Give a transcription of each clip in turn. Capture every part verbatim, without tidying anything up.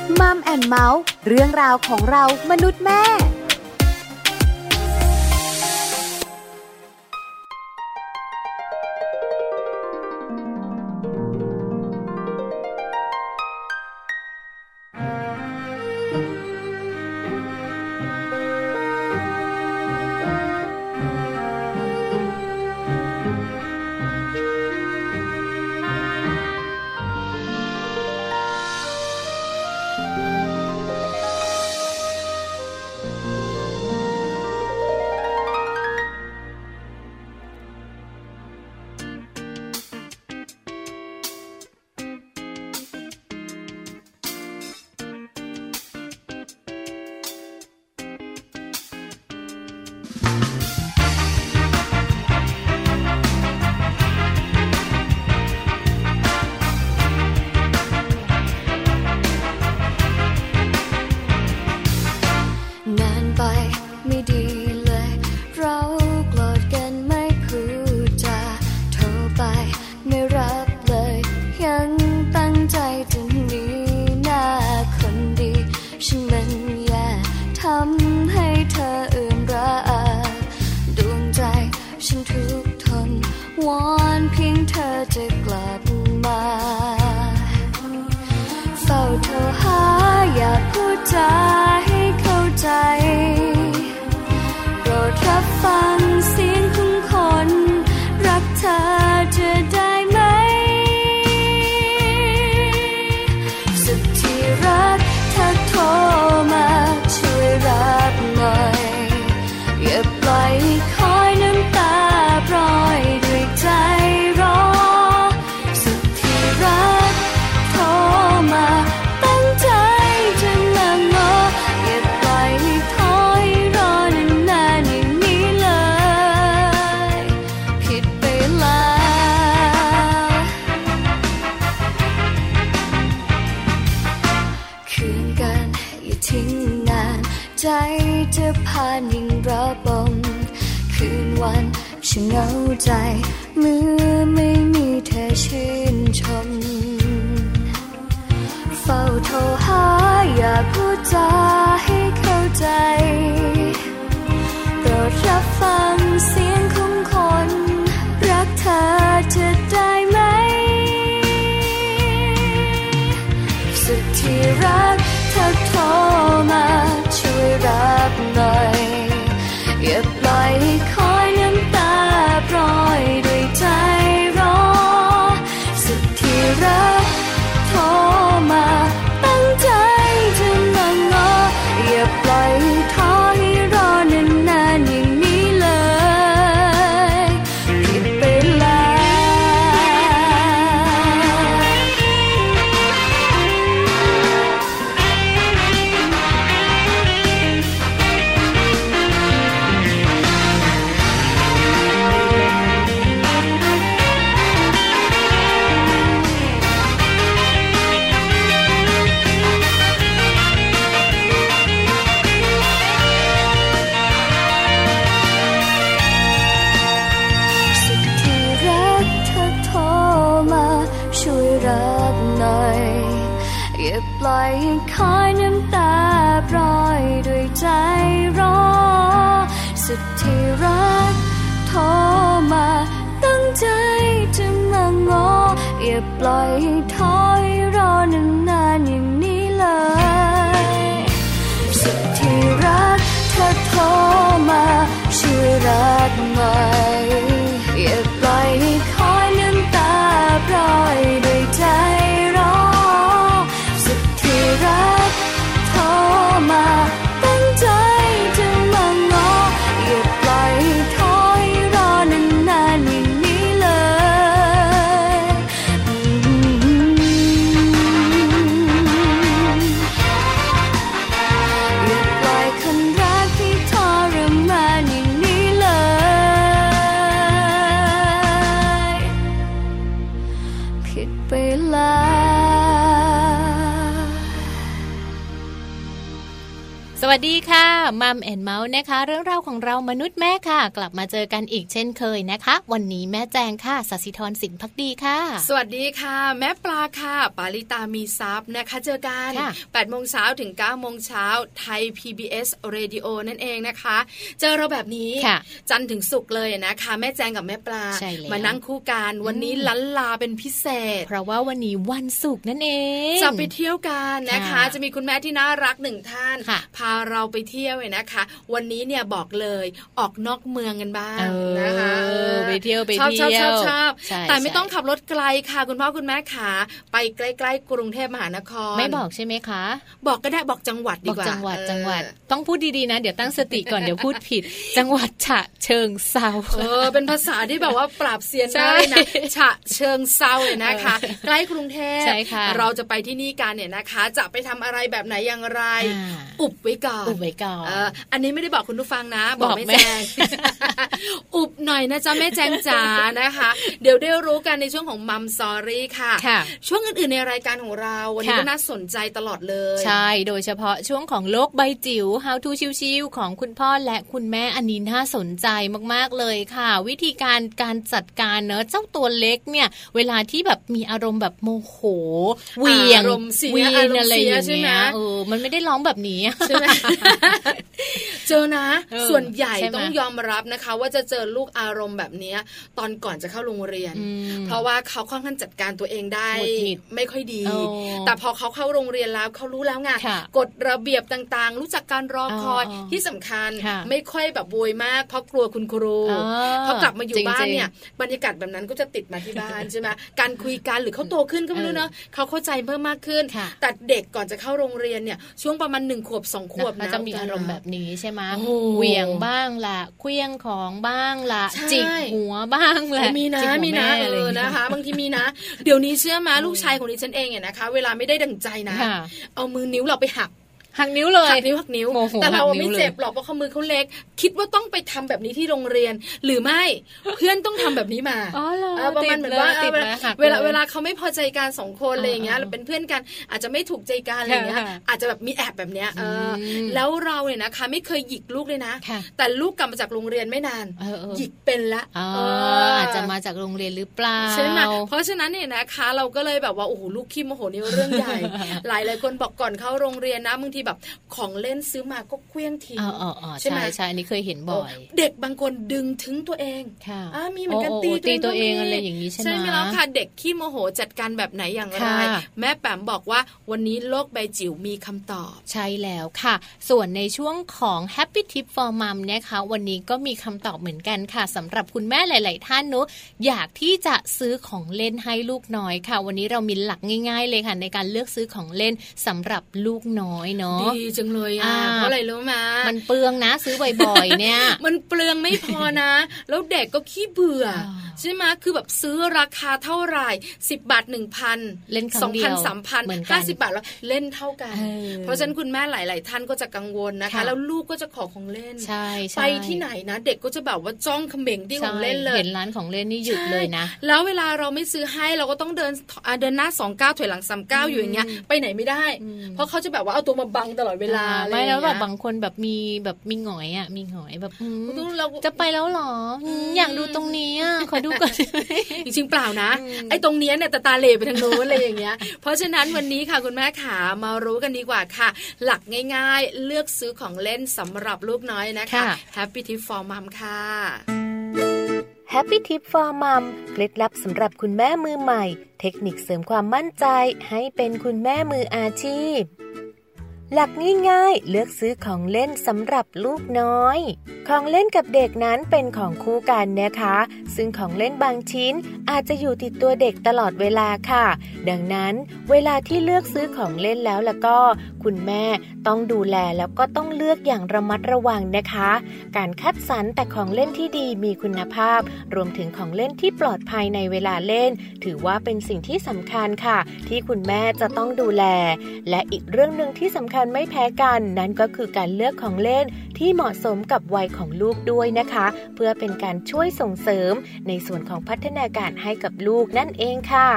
มัมแอนด์เมาส์เรื่องราวของเรามนุษย์แม่ฉันเหงาใจเมื่อไม่มีเธอชื่นชมเฝ้าโทรหาอยากพูดจาให้เข้าใจโปรดรับฟังเสียงของคนรักเธอจะได้ไหมสุดที่รักเธอโทรมาช่วยรับหน่อยอย่าปล่อยให้คอยน้ำตาปล่อยด้วยใจรอสุดที่รักโทรมาตั้งใจจะมาง้ออย่าปล่อยให้ท้อให้รอนานๆอย่างนี้เลยผิดไปปล่อยให้คอยน้ำตาปล่อยด้วยใจรอสุดที่รักโทรมาตั้งใจจะมาง้ออย่าปล่อยให้ท้อให้รอนานๆอย่างนี้เลยสุดที่รักเธอโทรมาช่วยรับหน่อยอย่าปล่อยให้คอยน้ำตาปล่อยด้วยใจรอรักโทรมาตั้งใจจะมาง้ออย่าปล่อยให้ท้อให้รอนานๆอย่างนี้เลยสวัสดีค่ะมัมแอนเมาส์นะคะเรื่องราวของเรามนุษย์แม่ค่ะกลับมาเจอกันอีกเช่นเคยนะคะวันนี้แม่แจงค่ะศศิธรสินภักดีค่ะสวัสดีค่ะแม่ปลาค่ะปาริตามีซับนะคะเจอกันแปดโมงเช้าถึงเก้าโมงเช้าไทย พี บี เอส Radio นั่นเองนะคะเจอเราแบบนี้จันทร์ถึงศุกร์เลยนะคะแม่แจงกับแม่ปลามานั่งคู่กันวันนี้ลันลาเป็นพิเศษเพราะว่าวันนี้วันศุกร์นั่นเองจะไปเที่ยวกันนะคะจะมีคุณแม่ที่น่ารักหนึ่งท่านพาเราไปเที่ยวเลยนะคะวันนี้เนี่ยบอกเลยออกนอกเมืองกันบ้างนะคะไปเที่ยวไปเที่ยวชอบชอบชอบแต่ไม่ต้องขับรถไกลค่ะคุณพ่อคุณแม่ขาไปใกล้ๆกรุงเทพมหานครไม่บอกใช่ไหมคะบอกก็ได้บอกจังหวัดดีกว่าบอกจังหวัดจังหวัดต้องพูดดีๆนะเดี๋ยวตั้งสติก่อนเดี๋ยวพูดผิดจังหวัดฉะเชิงเทราเออเป็นภาษาที่แบบว่าปราบเซียนได้นะฉะเชิงเทราเลยนะคะใกล้กรุงเทพเราจะไปที่นี่กันเนี่ยนะคะจะไปทำอะไรแบบไหนอย่างไรอุบไว้ก่อนอุบไว้ก่อนอันนี้ไม่ได้บอกคุณผู้ฟังนะบอกแม่แจงอุบหน่อยนะจ๊ะแม่แจงจ๋านะคะเดี๋ยวได้รู้กันในช่วงของมัมซอรี่ค่ะช่วงอื่นๆในรายการของเราวันนี้ก็น่าสนใจตลอดเลยใช่โดยเฉพาะช่วงของโลกใบจิ๋ว How to ชิวๆของคุณพ่อและคุณแม่อันนี้น่าสนใจมากๆเลยค่ะวิธีการการจัดการเนอะเจ้าตัวเล็กเนี่ยเวลาที่แบบมีอารมณ์แบบโมโหเวียงเวียนอะไรอย่างเงี้ยเออมันไม่ได้ร้องแบบนี้ใช่ไหมเจอนะส่วนใหญ่ต้องยอมรับนะคะว่าจะเจอลูกอารมณ์แบบนี้ตอนก่อนจะเข้าโรงเรียนเพราะว่าเขาค่อนข้างจัดการตัวเองได้ไม่ค่อยดีแต่พอเขาเข้าโรงเรียนแล้วเขารู้แล้วไงกฎระเบียบต่างๆรู้จักการรอคอยที่สำคัญไม่ค่อยแบบโวยมากเพราะกลัวคุณครูพอกลับมาอยู่บ้านเนี่ยบรรยากาศแบบนั้นก็จะติดมาที่บ้านใช่ไหมการคุยกันหรือเขาโตขึ้นก็ไม่รู้เนอะเขาเข้าใจเพิ่มมากขึ้นแต่เด็กก่อนจะเข้าโรงเรียนเนี่ยช่วงประมาณหนึ่งขวบสองขวบนะจะมีอารมณ์แบบนี้ใช่ไหมเหวี่ยงบ้างละเคลี้ยงของบ้างละจิกหัวบ้างละมีนะมีนะเออนะคะบางทีมีนะเดี๋ยวนี้เชื่อมาลูกชายของดิฉันเองเนี่ยนะคะเวลาไม่ได้ดั่งใจนะเอามือนิ้วเราไปหักหักนิ้วเลยหักนิ้วหักนิ้วแต่เราไม่เจ็บหรอกเพราะเขามือเขาเล็กคิดว่าต้องไปทำแบบนี้ที่โรงเรียนหรือไม่เพื่อนต้องทำแบบนี้มาประมาณเหมือนว่าเวลาเวลาเขาไม่พอใจกันสองคนอะไรอย่างเงี้ยเราเป็นเพื่อนกันอาจจะไม่ถูกใจกันอะไรอย่างเงี้ยอาจจะแบบมีแอบแบบเนี้ยแล้วเราเนี่ยนะคะไม่เคยหยิกลูกเลยนะแต่ลูกกลับมาจากโรงเรียนไม่นานหยิกเป็นละอาจจะมาจากโรงเรียนหรือเปล่าใช่ไหมเพราะฉะนั้นเนี่ยนะคะเราก็เลยแบบว่าโอ้โหลูกขี้โมโหนี่เรื่องใหญ่หลายหลายคนบอกก่อนเข้าโรงเรียนนะบางทีแบบของเล่นซื้อมาก็เคลี้ยงทิ้งใช่ไหมใช่อันนี้เคยเห็นบ่อยเด็กบางคนดึงถึงตัวเองอ่ามีเหมือนกันตีตัวเองอะไรอย่างนี้ใช่ไหมใช่ไหมแล้วค่ะเด็กขี้โมโหจัดการแบบไหนอย่างไรแม่แปมบอกว่าวันนี้โลกใบจิ๋วมีคำตอบใช่แล้วค่ะส่วนในช่วงของ Happy Tip for Mom นะคะวันนี้ก็มีคำตอบเหมือนกันค่ะสำหรับคุณแม่หลายๆท่านเนอะอยากที่จะซื้อของเล่นให้ลูกน้อยค่ะวันนี้เรามีหลักง่ายๆเลยค่ะในการเลือกซื้อของเล่นสำหรับลูกน้อยเนาะดีจังเลยอ่ะเพราะอะไรรู้ไหมมันเปลืองนะซื้อบ่อยๆเนี่ยมันเปลืองไม่พอนะแล้วเด็กก็ขี้เบื่อใช่ไหมคือแบบซื้อราคาเท่าไหร่สิบบาทหนึ่งพันเล่นสองพันสามพันห้าสิบบาทแล้วเล่นเท่ากันเพราะฉะนั้นคุณแม่หลายๆท่านก็จะกังวลนะคะแล้วลูกก็จะขอของเล่นไปที่ไหนนะเด็กก็จะแบบว่าจ้องเขม่งที่ของเล่นเลยเห็นร้านของเล่นนี่หยุดเลยนะแล้วเวลาเราไม่ซื้อให้เราก็ต้องเดินเดินหน้าสองก้าวถอยหลังสามก้าวอยู่อย่างเงี้ยไปไหนไม่ได้เพราะเขาจะแบบว่าเอาตัวมาบังตลอดเวลาไม่แล้วแบบบางคนแบบมีแบบมีหงอยอ่ะมีหงอยแบบจะไปแล้วหรออยากดูตรงนี้อ่ะขอดูก่อนจริงๆเปล่านะไอ้ตรงนี้เนี่ยตาตาเหล่ไปทางโน้นอะไรอย่างเงี้ยเพราะฉะนั้นวันนี้ค่ะคุณแม่ขามารู้กันดีกว่าค่ะหลักง่ายๆเลือกซื้อของเล่นสำหรับลูกน้อยนะคะ Happy Tip for Mom ค่ะ Happy Tip for Mom เคล็ดลับสำหรับคุณแม่มือใหม่เทคนิคเสริมความมั่นใจให้เป็นคุณแม่มืออาชีพหลักง่ายๆเลือกซื้อของเล่นสำหรับลูกน้อยของเล่นกับเด็กนั้นเป็นของคู่กันนะคะซึ่งของเล่นบางชิ้นอาจจะอยู่ติดตัวเด็กตลอดเวลาค่ะดังนั้นเวลาที่เลือกซื้อของเล่นแล้วแล้วก็คุณแม่ต้องดูแลแล้วก็ต้องเลือกอย่างระมัดระวังนะคะการคัดสรรแต่ของเล่นที่ดีมีคุณภาพรวมถึงของเล่นที่ปลอดภัยในเวลาเล่นถือว่าเป็นสิ่งที่สำคัญค่ะที่คุณแม่จะต้องดูแลและอีกเรื่องนึงที่สำคัญไม่แพ้กันนั่นก็คือการเลือกของเล่นที่เหมาะสมกับวัยของลูกด้วยนะคะเพื่อเป็นการช่วยส่งเสริมในส่วนของพัฒนาการให้กับลูกนั่นเองค่ะ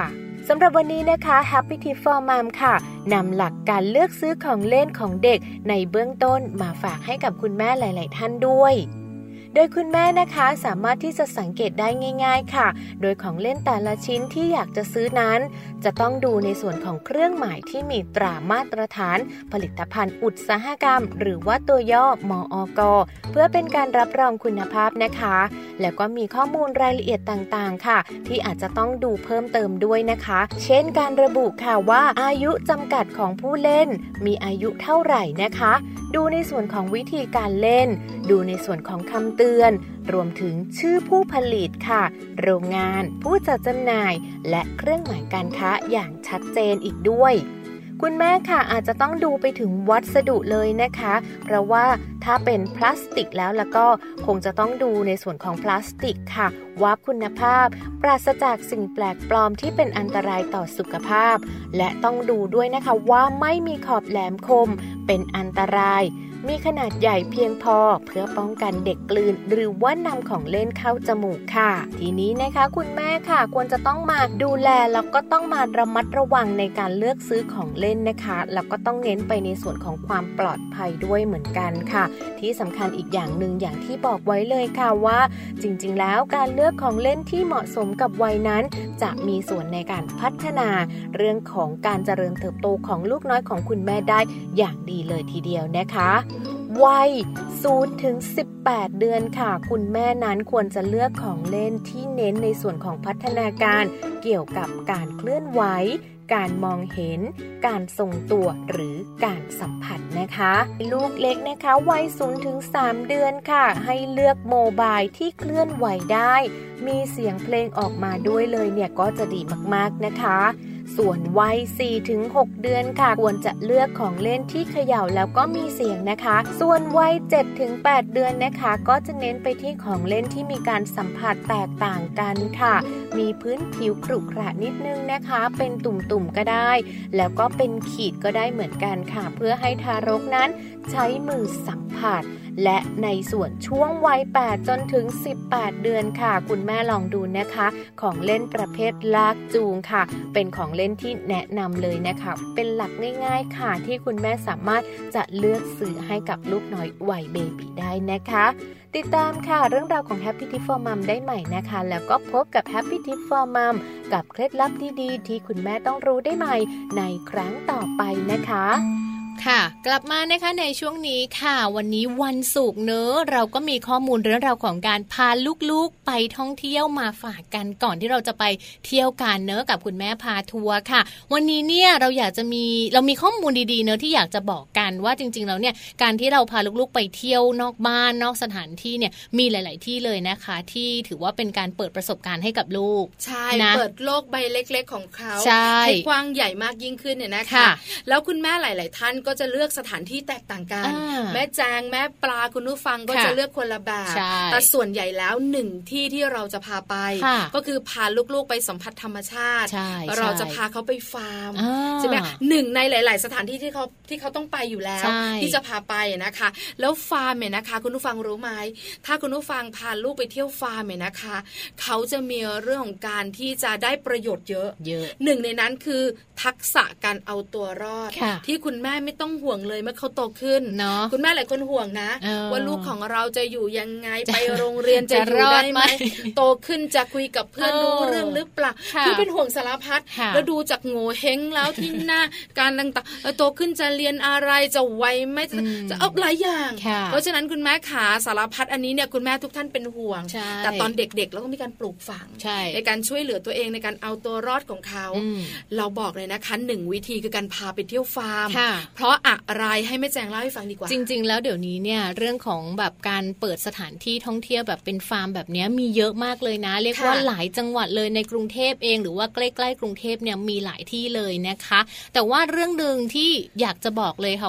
สำหรับวันนี้นะคะ Happy Tip for Mom ค่ะนำหลักการเลือกซื้อของเล่นของเด็กในเบื้องต้นมาฝากให้กับคุณแม่หลายๆท่านด้วยโดยคุณแม่นะคะสามารถที่จะสังเกตได้ง่ายๆค่ะโดยของเล่นแต่ละชิ้นที่อยากจะซื้อนั้นจะต้องดูในส่วนของเครื่องหมายที่มีตรามาตรฐานผลิตภัณฑ์อุตสาหกรรมหรือว่าตัวย่อมอก.เพื่อเป็นการรับรองคุณภาพนะคะแล้วก็มีข้อมูลรายละเอียดต่างๆค่ะที่อาจจะต้องดูเพิ่มเติมด้วยนะคะเช่นการระบุค่ะว่าอายุจำกัดของผู้เล่นมีอายุเท่าไหร่นะคะดูในส่วนของวิธีการเล่นดูในส่วนของคำเตือนรวมถึงชื่อผู้ผลิตค่ะโรงงานผู้จัดจำหน่ายและเครื่องหมายการค้าอย่างชัดเจนอีกด้วยคุณแม่ค่ะอาจจะต้องดูไปถึงวัสดุเลยนะคะเพราะว่าถ้าเป็นพลาสติกแล้วแล้วก็คงจะต้องดูในส่วนของพลาสติกค่ะว่าคุณภาพปราศจากสิ่งแปลกปลอมที่เป็นอันตรายต่อสุขภาพและต้องดูด้วยนะคะว่าไม่มีขอบแหลมคมเป็นอันตรายมีขนาดใหญ่เพียงพอเพื่อป้องกันเด็กกลืนหรือว่านำของเล่นเข้าจมูกค่ะทีนี้นะคะคุณแม่ค่ะควรจะต้องมาดูแลแล้วก็ต้องมาระมัดระวังในการเลือกซื้อของเล่นนะคะแล้วก็ต้องเน้นไปในส่วนของความปลอดภัยด้วยเหมือนกันค่ะที่สำคัญอีกอย่างหนึ่งอย่างที่บอกไว้เลยค่ะว่าจริงๆแล้วการเลือกของเล่นที่เหมาะสมกับวัยนั้นจะมีส่วนในการพัฒนาเรื่องของการเจริญเติบโตของลูกน้อยของคุณแม่ได้อย่างดีเลยทีเดียวนะคะวัย ศูนย์ถึงสิบแปด เดือนค่ะคุณแม่นั้นควรจะเลือกของเล่นที่เน้นในส่วนของพัฒนาการเกี่ยวกับการเคลื่อนไหวการมองเห็นการทรงตัวหรือการสัมผัสนะคะลูกเล็กนะคะวัย ศูนย์ถึงสาม เดือนค่ะให้เลือกโมบายที่เคลื่อนไหวได้มีเสียงเพลงออกมาด้วยเลยเนี่ยก็จะดีมากๆนะคะส่วนวัย สี่ถึงหก เดือนค่ะควรจะเลือกของเล่นที่เขย่าแล้วก็มีเสียงนะคะส่วนวัย เจ็ดถึงแปด เดือนนะคะก็จะเน้นไปที่ของเล่นที่มีการสัมผัสแตกต่างกันค่ะมีพื้นผิวขรุขระนิดนึงนะคะเป็นตุ่มๆก็ได้แล้วก็เป็นขีดก็ได้เหมือนกันค่ะเพื่อให้ทารกนั้นใช้มือสัมผัสและในส่วนช่วงวัย แปดจนถึงสิบแปด เดือนค่ะคุณแม่ลองดูนะคะของเล่นประเภทลากจูงค่ะเป็นของเล่นที่แนะนำเลยนะคะเป็นหลักง่ายๆค่ะที่คุณแม่สามารถจะเลือกซื้อให้กับลูกน้อยวัยเบบีได้นะคะติดตามค่ะเรื่องราวของ Happy Tip for Mom ได้ใหม่นะคะแล้วก็พบกับ Happy Tip for Mom กับเคล็ดลับดีๆที่คุณแม่ต้องรู้ได้ใหม่ในครั้งต่อไปนะคะค่ะกลับมานะคะในช่วงนี้ค่ะวันนี้วันศุกร์เนอะเราก็มีข้อมูลเรื่องราวของการพาลูกๆไปท่องเที่ยวมาฝากกันก่อนที่เราจะไปเที่ยวกันเนอะกับคุณแม่พาทัวร์ค่ะวันนี้เนี่ยเราอยากจะมีเรามีข้อมูลดีๆเนอะที่อยากจะบอกกันว่าจริงๆแล้วเนี่ยการที่เราพาลูกๆไปเที่ยวนอกบ้านนอกสถานที่เนี่ยมีหลายๆที่เลยนะคะที่ถือว่าเป็นการเปิดประสบการณ์ให้กับลูกใช่นะเปิดโลกใบเล็กๆของเขาให้กว้างใหญ่มากยิ่งขึ้นเนี่ยนะคะแล้วคุณแม่หลายๆท่านก็จะเลือกสถานที่แตกต่างกันแม่แจงแม่ปลาคุณผู้ฟังก็จะเลือกคนละแบบแต่ส่วนใหญ่แล้วหนึ่งที่ที่เราจะพาไปก็คือพาลูกๆไปสัมผัสธรรมชาติเราจะพาเขาไปฟาร์มใช่ไหมหนึ่งในหลายๆสถานที่ที่เขาที่เขาต้องไปอยู่แล้วที่จะพาไปนะคะแล้วฟาร์มเนี่ยนะคะคุณผู้ฟังรู้ไหมถ้าคุณผู้ฟังพาลูกไปเที่ยวฟาร์มเนี่ยนะคะเขาจะมีเรื่องของการที่จะได้ประโยชน์เยอะหนึ่งในนั้นคือทักษะการเอาตัวรอดที่คุณแม่ไม่ต้องห่วงเลยเมื่อเขาโตขึ้นคุณแม่หลายคนห่วงนะว่าลูกของเราจะอยู่ยังไงไปโรงเรียนจะอยู่ได้ไหมโตขึ้นจะคุยกับเพื่อนรู้เรื่องหรือเปล่าคือเป็นห่วงสารพัดแล้วดูจากโง่เฮงแล้วที่หน้าการต่างๆโตขึ้นจะเรียนอะไรจะไวไหมจะเอาหลายอย่างเพราะฉะนั้นคุณแม่ขาสารพัดอันนี้เนี่ยคุณแม่ทุกท่านเป็นห่วงแต่ตอนเด็กๆเราต้องมีการปลูกฝังในการช่วยเหลือตัวเองในการเอาตัวรอดของเขาเราบอกเลยนะคะหนึ่งวิธีคือการพาไปเที่ยวฟาร์มเพราะอะไรให้แม่แจงเล่าให้ฟังดีกว่าจริงๆแล้วเดี๋ยวนี้เนี่ยเรื่องของแบบการเปิดสถานที่ท่องเที่ยวแบบเป็นฟาร์มแบบนี้มีเยอะมากเลยนะเรียกว่าหลายจังหวัดเลยในกรุงเทพเองหรือว่าใกล้ๆกรุงเทพเนี่ยมีหลายที่เลยนะคะแต่ว่าเรื่องนึงที่อยากจะบอกเลยค่ะ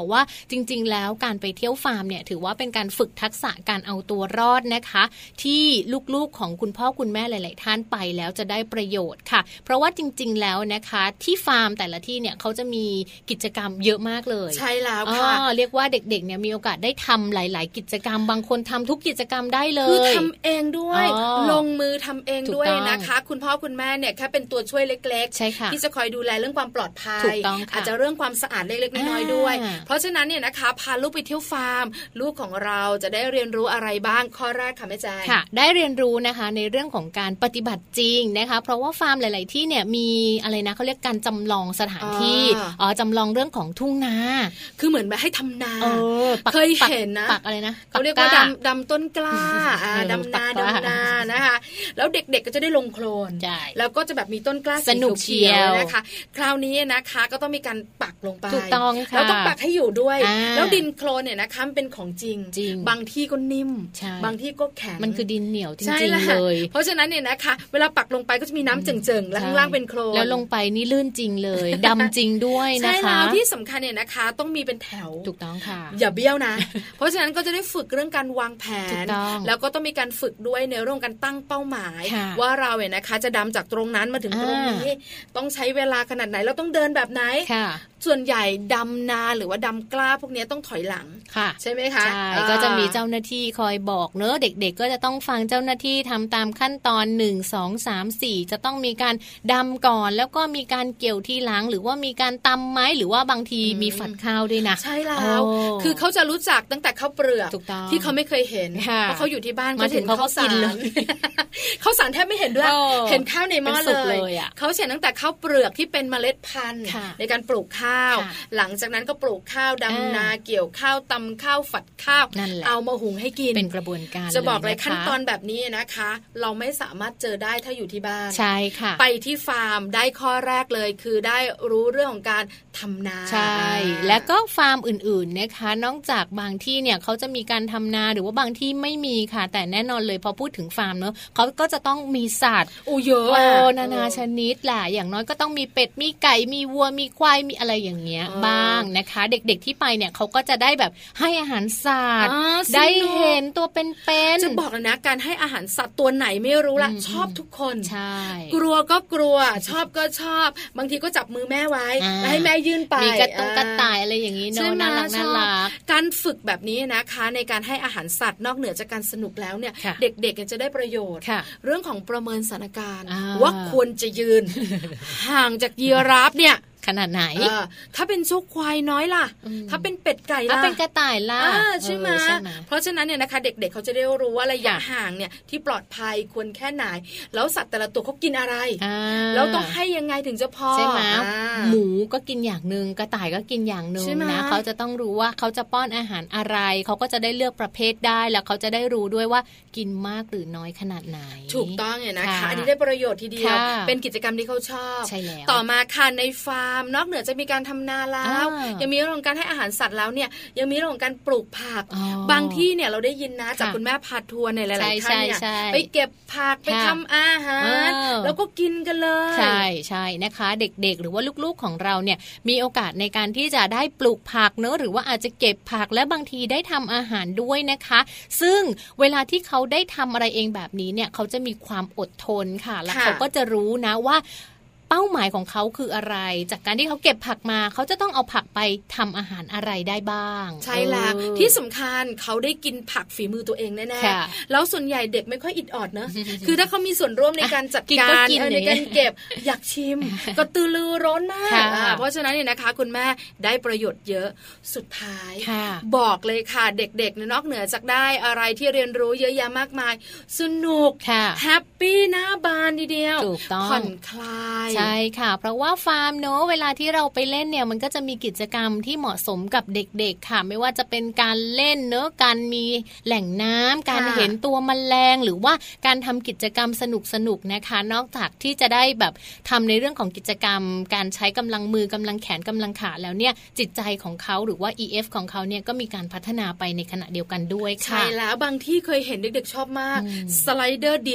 ว่าจริงๆแล้วการไปเที่ยวฟาร์มเนี่ยถือว่าเป็นการฝึกทักษะการเอาตัวรอดนะคะที่ลูกๆของคุณพ่อคุณแม่หลายๆท่านไปแล้วจะได้ประโยชน์ค่ะเพราะว่าจริงๆแล้วนะคะที่ฟาร์มแต่ละที่เนี่ยเขาจะมีกิจกรรมเยอะมากเลยใช่แล้วค่ะเรียกว่าเด็กๆเนี่ยมีโอกาสได้ทำหลายๆกิจกรรมบางคนทำทุกกิจกรรมได้เลยคือทำเองด้วยลงมือทำเองด้วยนะคะคุณพ่อคุณแม่เนี่ยแค่เป็นตัวช่วยเล็กๆที่จะคอยดูแลเรื่องความปลอดภัยอาจจะเรื่องความสะอาดเล็กๆน้อยๆด้วยเพราะฉะนั้นเนี่ยนะคะพาลูกไปเที่ยวฟาร์มลูกของเราจะได้เรียนรู้อะไรบ้างข้อแรกค่ะแม่แจงค่ะได้เรียนรู้นะคะในเรื่องของการปฏิบัติจริงนะคะเพราะว่าฟาร์มหลายๆที่เนี่ยมีอะไรนะเขาเรียกการจำลองสถานที่อ๋อจำลองเรื่องของทุ่งนาคือเหมือนแบบให้ทำนาเคยเห็นนะปักอะไรนะเขาเรียกว่าดำดำต้นกล้าดำนาดำนานะคะแล้วเด็กๆก็จะได้ลงโคลนแล้วก็จะแบบมีต้นกล้าสีเขียวนะคะคราวนี้นะคะก็ต้องมีการปักลงไปถูกต้องค่ะแล้วต้องปักให้อยู่ด้วยแล้วดินโคลนเนี่ยนะคะมันเป็นของจริงบางที่ก็นิ่มบางที่ก็แข็งมันคือดินเหนียวจริงๆเลยเพราะฉะนั้นเนี่ยนะคะเวลาปักลงไปก็จะมีน้ำเจิ่งๆแล้วข้างล่างเป็นโคลนแล้วลงไปนี่ลื่นจริงเลยดำจริงด้วยนะคะใช่แล้วที่สำคัญเนี่ยนะคะต้องมีเป็นแถวถูกต้องค่ะอย่าเบี้ยวนะเพราะฉะนั้นก็จะได้ฝึกเรื่องการวางแผนแล้วก็ต้องมีการฝึกด้วยในเรื่องการตั้งเป้าหมายว่าเราเนี่ยนะคะจะดำจากตรงนั้นมาถึงตรงนี้ต้องใช้เวลาขนาดไหนแล้วต้องเดินแบบไหนส่วนใหญ่ดำนาหรือว่าดำกล้าพวกนี้ต้องถอยหลังใช่ไหมคะใช่ก็จะมีเจ้าหน้าที่คอยบอกเนอะเด็กๆก็จะต้องฟังเจ้าหน้าที่ทำตามขั้นตอนหนึ่ง สอง สาม สี่จะต้องมีการดำก่อนแล้วก็มีการเกี่ยวที่หลังหรือว่ามีการตำไม้หรือว่าบางทีมีฝัดข้าวด้วยนะใช่แล้วคือเขาจะรู้จักตั้งแต่ข้าวเปลือกที่เขาไม่เคยเห็นเพราะเขาอยู่ที่บ้านก็เห็นข้าวสารข้าวสารแทบไม่เห็นด้วยเห็นข้าวในหม้อเลยเขาเห็นตั้งแต่ข้าวเปลือกที่เป็นเมล็ดพันธุ์ในการปลูกข้าวหลังจากนั้นก็ปลูกข้าวดำนาเกี่ยวข้าวตำข้าวฝัดข้าวเอามาหุงให้กินเป็นกระบวนการจะบอกเลยขั้นตอนแบบนี้นะคะเราไม่สามารถเจอได้ถ้าอยู่ที่บ้านใช่ค่ะไปที่ฟาร์มได้ข้อแรกเลยคือได้รู้เรื่องของการทำนาใช่และก็ฟาร์มอื่นๆนะคะนอกจากบางที่เนี่ยเขาจะมีการทำนาหรือว่าบางที่ไม่มีค่ะแต่แน่นอนเลยพอพูดถึงฟาร์มเนอะเขาก็จะต้องมีสัตว์โอ้เยอะนานาชนิดแหละอย่างน้อยก็ต้องมีเป็ดมีไก่มีวัวมีควายมีอะไรอย่างเงี้ยบ้างนะคะเด็กๆที่ไปเนี่ยเขาก็จะได้แบบให้อาหารสัตว์ได้เห็นตัวเป็นๆจะบอกเลยนะการให้อาหารสัตว์ตัวไหนไม่รู้ละชอบทุกคนใช่กลัวก็กลัวชอบก็ชอบบางทีก็จับมือแม่ไว้แล้วให้แม่ยื่นไปมีกระตุ้งกระต่ายอะไรอย่างนี้เนาะน่ารักน่ารักการฝึกแบบนี้นะคะในการให้อาหารสัตว์นอกเหนือจากการสนุกแล้วเนี่ยเด็กๆจะได้ประโยชน์เรื่องของประเมินสถานการณ์ว่าควรจะยืนห่างจากยีราฟเนี่ยขนาดไหนถ้าเป็นเจ้าควายน้อยล่ะถ้าเป็นเป็ดไก่ล่ะถ้าเป็นกระต่ายล่ะใช่ไหมเพราะฉะนั้นเนี่ยนะคะเด็กๆ เ, เขาจะได้รู้ว่าระยะห่างเนี่ยที่ปลอดภัยควรแค่ไหนแล้วสัตว์แต่ละตัวเขากินอะไรแล้วต้องให้ยังไงถึงจะพอใช่ไหมหมูก็กินอย่างนึงกระต่ายก็กินอย่างนึงนะเขาจะต้องรู้ว่าเขาจะป้อนอาหารอะไรเขาก็จะได้เลือกประเภทได้แล้วเขาจะได้รู้ด้วยว่ากินมากหรือน้อยขนาดไหนถูกต้องเนี่ยนะคะอันนี้ได้ประโยชน์ทีเดียวเป็นกิจกรรมที่เขาชอบต่อมาค่ะในฟาร์มนอกเหนือจะมีการทำนาแล้วยังมีเรื่องของการให้อาหารสัตว์แล้วเนี่ยยังมีเรื่องของการปลูกผักบางที่เนี่ยเราได้ยินนะจากคุณแม่พาทัวร์ในหลายๆท่านเนี่ยไปเก็บผักไปทำอาหารแล้วก็กินกันเลยใช่ใช่นะคะเด็กๆหรือว่าลูกๆของเราเนี่ยมีโอกาสในการที่จะได้ปลูกผักเนอะหรือว่าอาจจะเก็บผักและบางทีได้ทำอาหารด้วยนะคะซึ่งเวลาที่เขาได้ทำอะไรเองแบบนี้เนี่ยเขาจะมีความอดทนค่ะและเขาก็จะรู้นะว่าเป้าหมายของเขาคืออะไรจากการที่เขาเก็บผักมาเขาจะต้องเอาผักไปทำอาหารอะไรได้บ้างใช่แล้วที่สำคัญเขาได้กินผักฝีมือตัวเองแน่ๆแล้วส่วนใหญ่เด็กไม่ค่อยอิดออดเนอะ คือถ้าเขามีส่วนร่วมในการจัดการในการเก็บอยากชิมก็ตือรือร้นมากเพราะฉะนั้นเนี่ยนะคะคุณแม่ได้ประโยชน์เยอะสุดท้ายบอกเลยค่ะเด็กๆนอกเหนือจากได้อะไรที่เรียนรู้เยอะแยะมากมายสนุกแฮปปี้หน้าบานทีเดียวผ่อนคลายใช่ค่ะเพราะว่าฟาร์มเนอะเวลาที่เราไปเล่นเนี่ยมันก็จะมีกิจกรรมที่เหมาะสมกับเด็กๆค่ะไม่ว่าจะเป็นการเล่นเนอะการมีแหล่งน้ำการเห็นตัวแมลงหรือว่าการทำกิจกรรมสนุกๆนะคะนอกจากที่จะได้แบบทำในเรื่องของกิจกรรมการใช้กำลังมือกำลังแขนกำลังขาแล้วเนี่ยจิตใจของเขาหรือว่า อี เอฟ ของเขาเนี่ยก็มีการพัฒนาไปในขณะเดียวกันด้วยค่ะใช่แล้วบางที่เคยเห็นเด็กๆชอบมากสไลเดอร์ดิน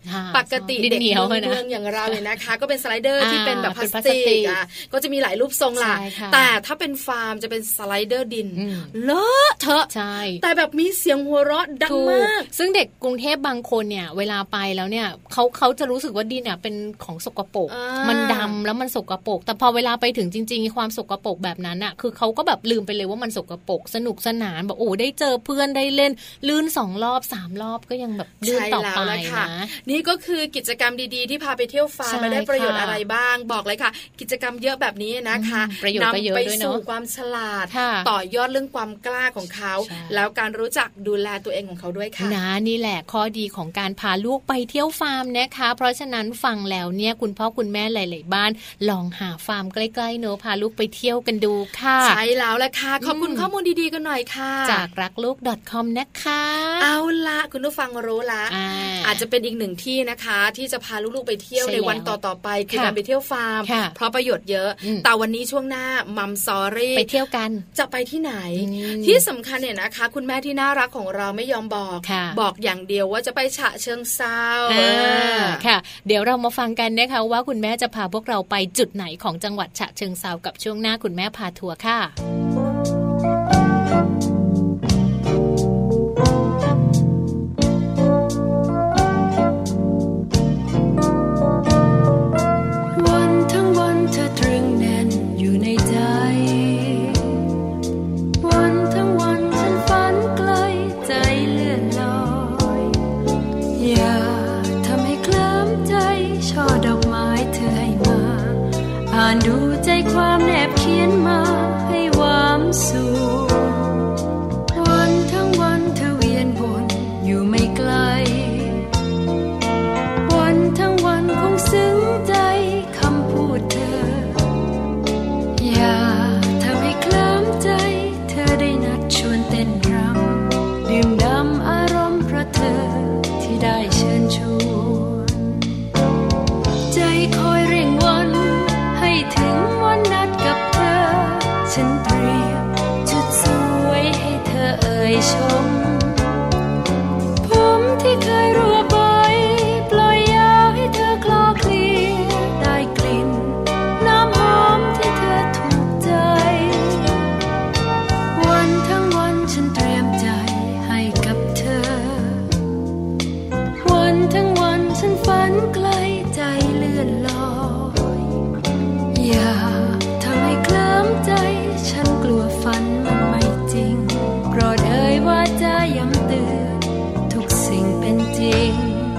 ปกติเด็กเมืองอย่างเราเนี่ยนะคะก็เป็นสไลเดอร์ที่เป็นแบบพลาสติกอ่ะก็จะมีหลายรูปทรงล่ะแต่ถ้าเป็นฟาร์มจะเป็นสไลเดอร์ดินเลอะเทอะแต่แบบมีเสียงหัวเราะดังมากซึ่งเด็กกรุงเทพบางคนเนี่ยเวลาไปแล้วเนี่ยเขาเขาจะรู้สึกว่าดินเนี่ยเป็นของสกปรกมันดำแล้วมันสกปรกแต่พอเวลาไปถึงจริงๆความสกปรกแบบนั้นอ่ะคือเขาก็แบบลืมไปเลยว่ามันสกปรกสนุกสนานแบบโอ้ได้เจอเพื่อนได้เล่นลื่นสองรอบสามรอบก็ยังแบบลื่นต่อไปนะนี่ก็คือกิจกรรมดีๆที่พาไปเที่ยวฟาร์มมาได้ประโยชน์อะไรบ้างบอกเลยค่ะกิจกรรมเยอะแบบนี้นะคะนำไปสู่ความฉลาดต่อยอดเรื่องความกล้าของเขาแล้วการรู้จักดูแลตัวเองของเขาด้วยค่ะนะนี่แหละข้อดีของการพาลูกไปเที่ยวฟาร์มนะคะเพราะฉะนั้นฟังแล้วเนี่ยคุณพ่อคุณแม่หลายๆบ้านลองหาฟาร์มใกล้ๆเนอะพาลูกไปเที่ยวกันดูค่ะใช่แล้วละค่ะขอบคุณข้อมูลดีๆกันหน่อยค่ะจากรักลูก .com นะคะเอาละคุณผู้ฟังรู้ละอา, อาจจะเป็นอีกหนึ่งที่นะคะที่จะพาลูกๆไปเที่ยวในวันต่อๆไปคือการไปเที่ยวฟาร์มเพราะประโยชน์เยอะแต่วันนี้ช่วงหน้ามัมซอรี่ไปเที่ยวกันจะไปที่ไหนที่สำคัญเนี่ยนะคะคุณแม่ที่น่ารักของเราไม่ยอมบอกบอกอย่างเดียวว่าจะไปฉะเชิงเซาค่ะเดี๋ยวเรามาฟังกันนะคะว่าคุณแม่จะพาพวกเราไปจุดไหนของจังหวัดฉะเชิงเซากับช่วงหน้าคุณแม่พาทัวร์ค่ะอ่านดูใจความแนบเขียนมาให้หวามสู่วันทั้งวันเธอเวียนวนอยู่ไม่ไกลวันทั้งวันคงซึ้งใจคำพูดเธออย่าทำให้เคลิ้มใจเธอได้นัดชวนเต้นรำดื่มดำอารมณ์เพราะเธอที่ได้เชิญชวนใจคอยเร่งวันให้ถึงวันนัดกับเธอฉันเตรียมจุดสวยให้เธอเอ่ยชมผมที่เคยรัวไปปล่อยยาวให้เธอคลอเคลียได้กลิ่นน้ำหอมที่เธอถูกใจวันทั้งวันฉันเตรียมใจให้กับเธอวันทั้งวันฉันฝันไกลใจเลื่อนลอยอย่าทำให้เคลิ้มใจฉันกลัวฝันมันไม่จริงโปรดเอ่ยว่าจะย้ำเตือนทุกสิ่งเป็นจริง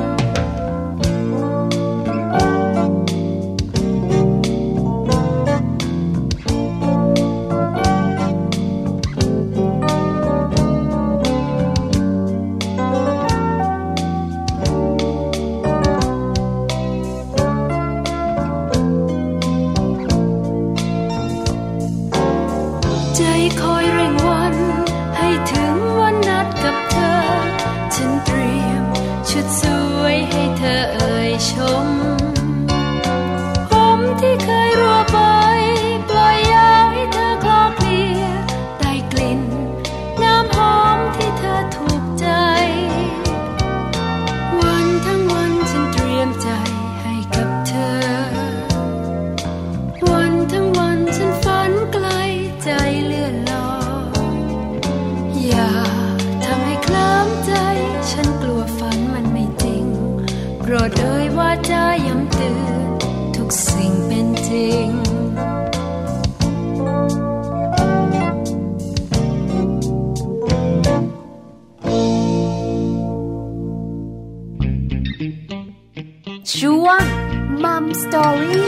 ช่วงมัมสตอรี่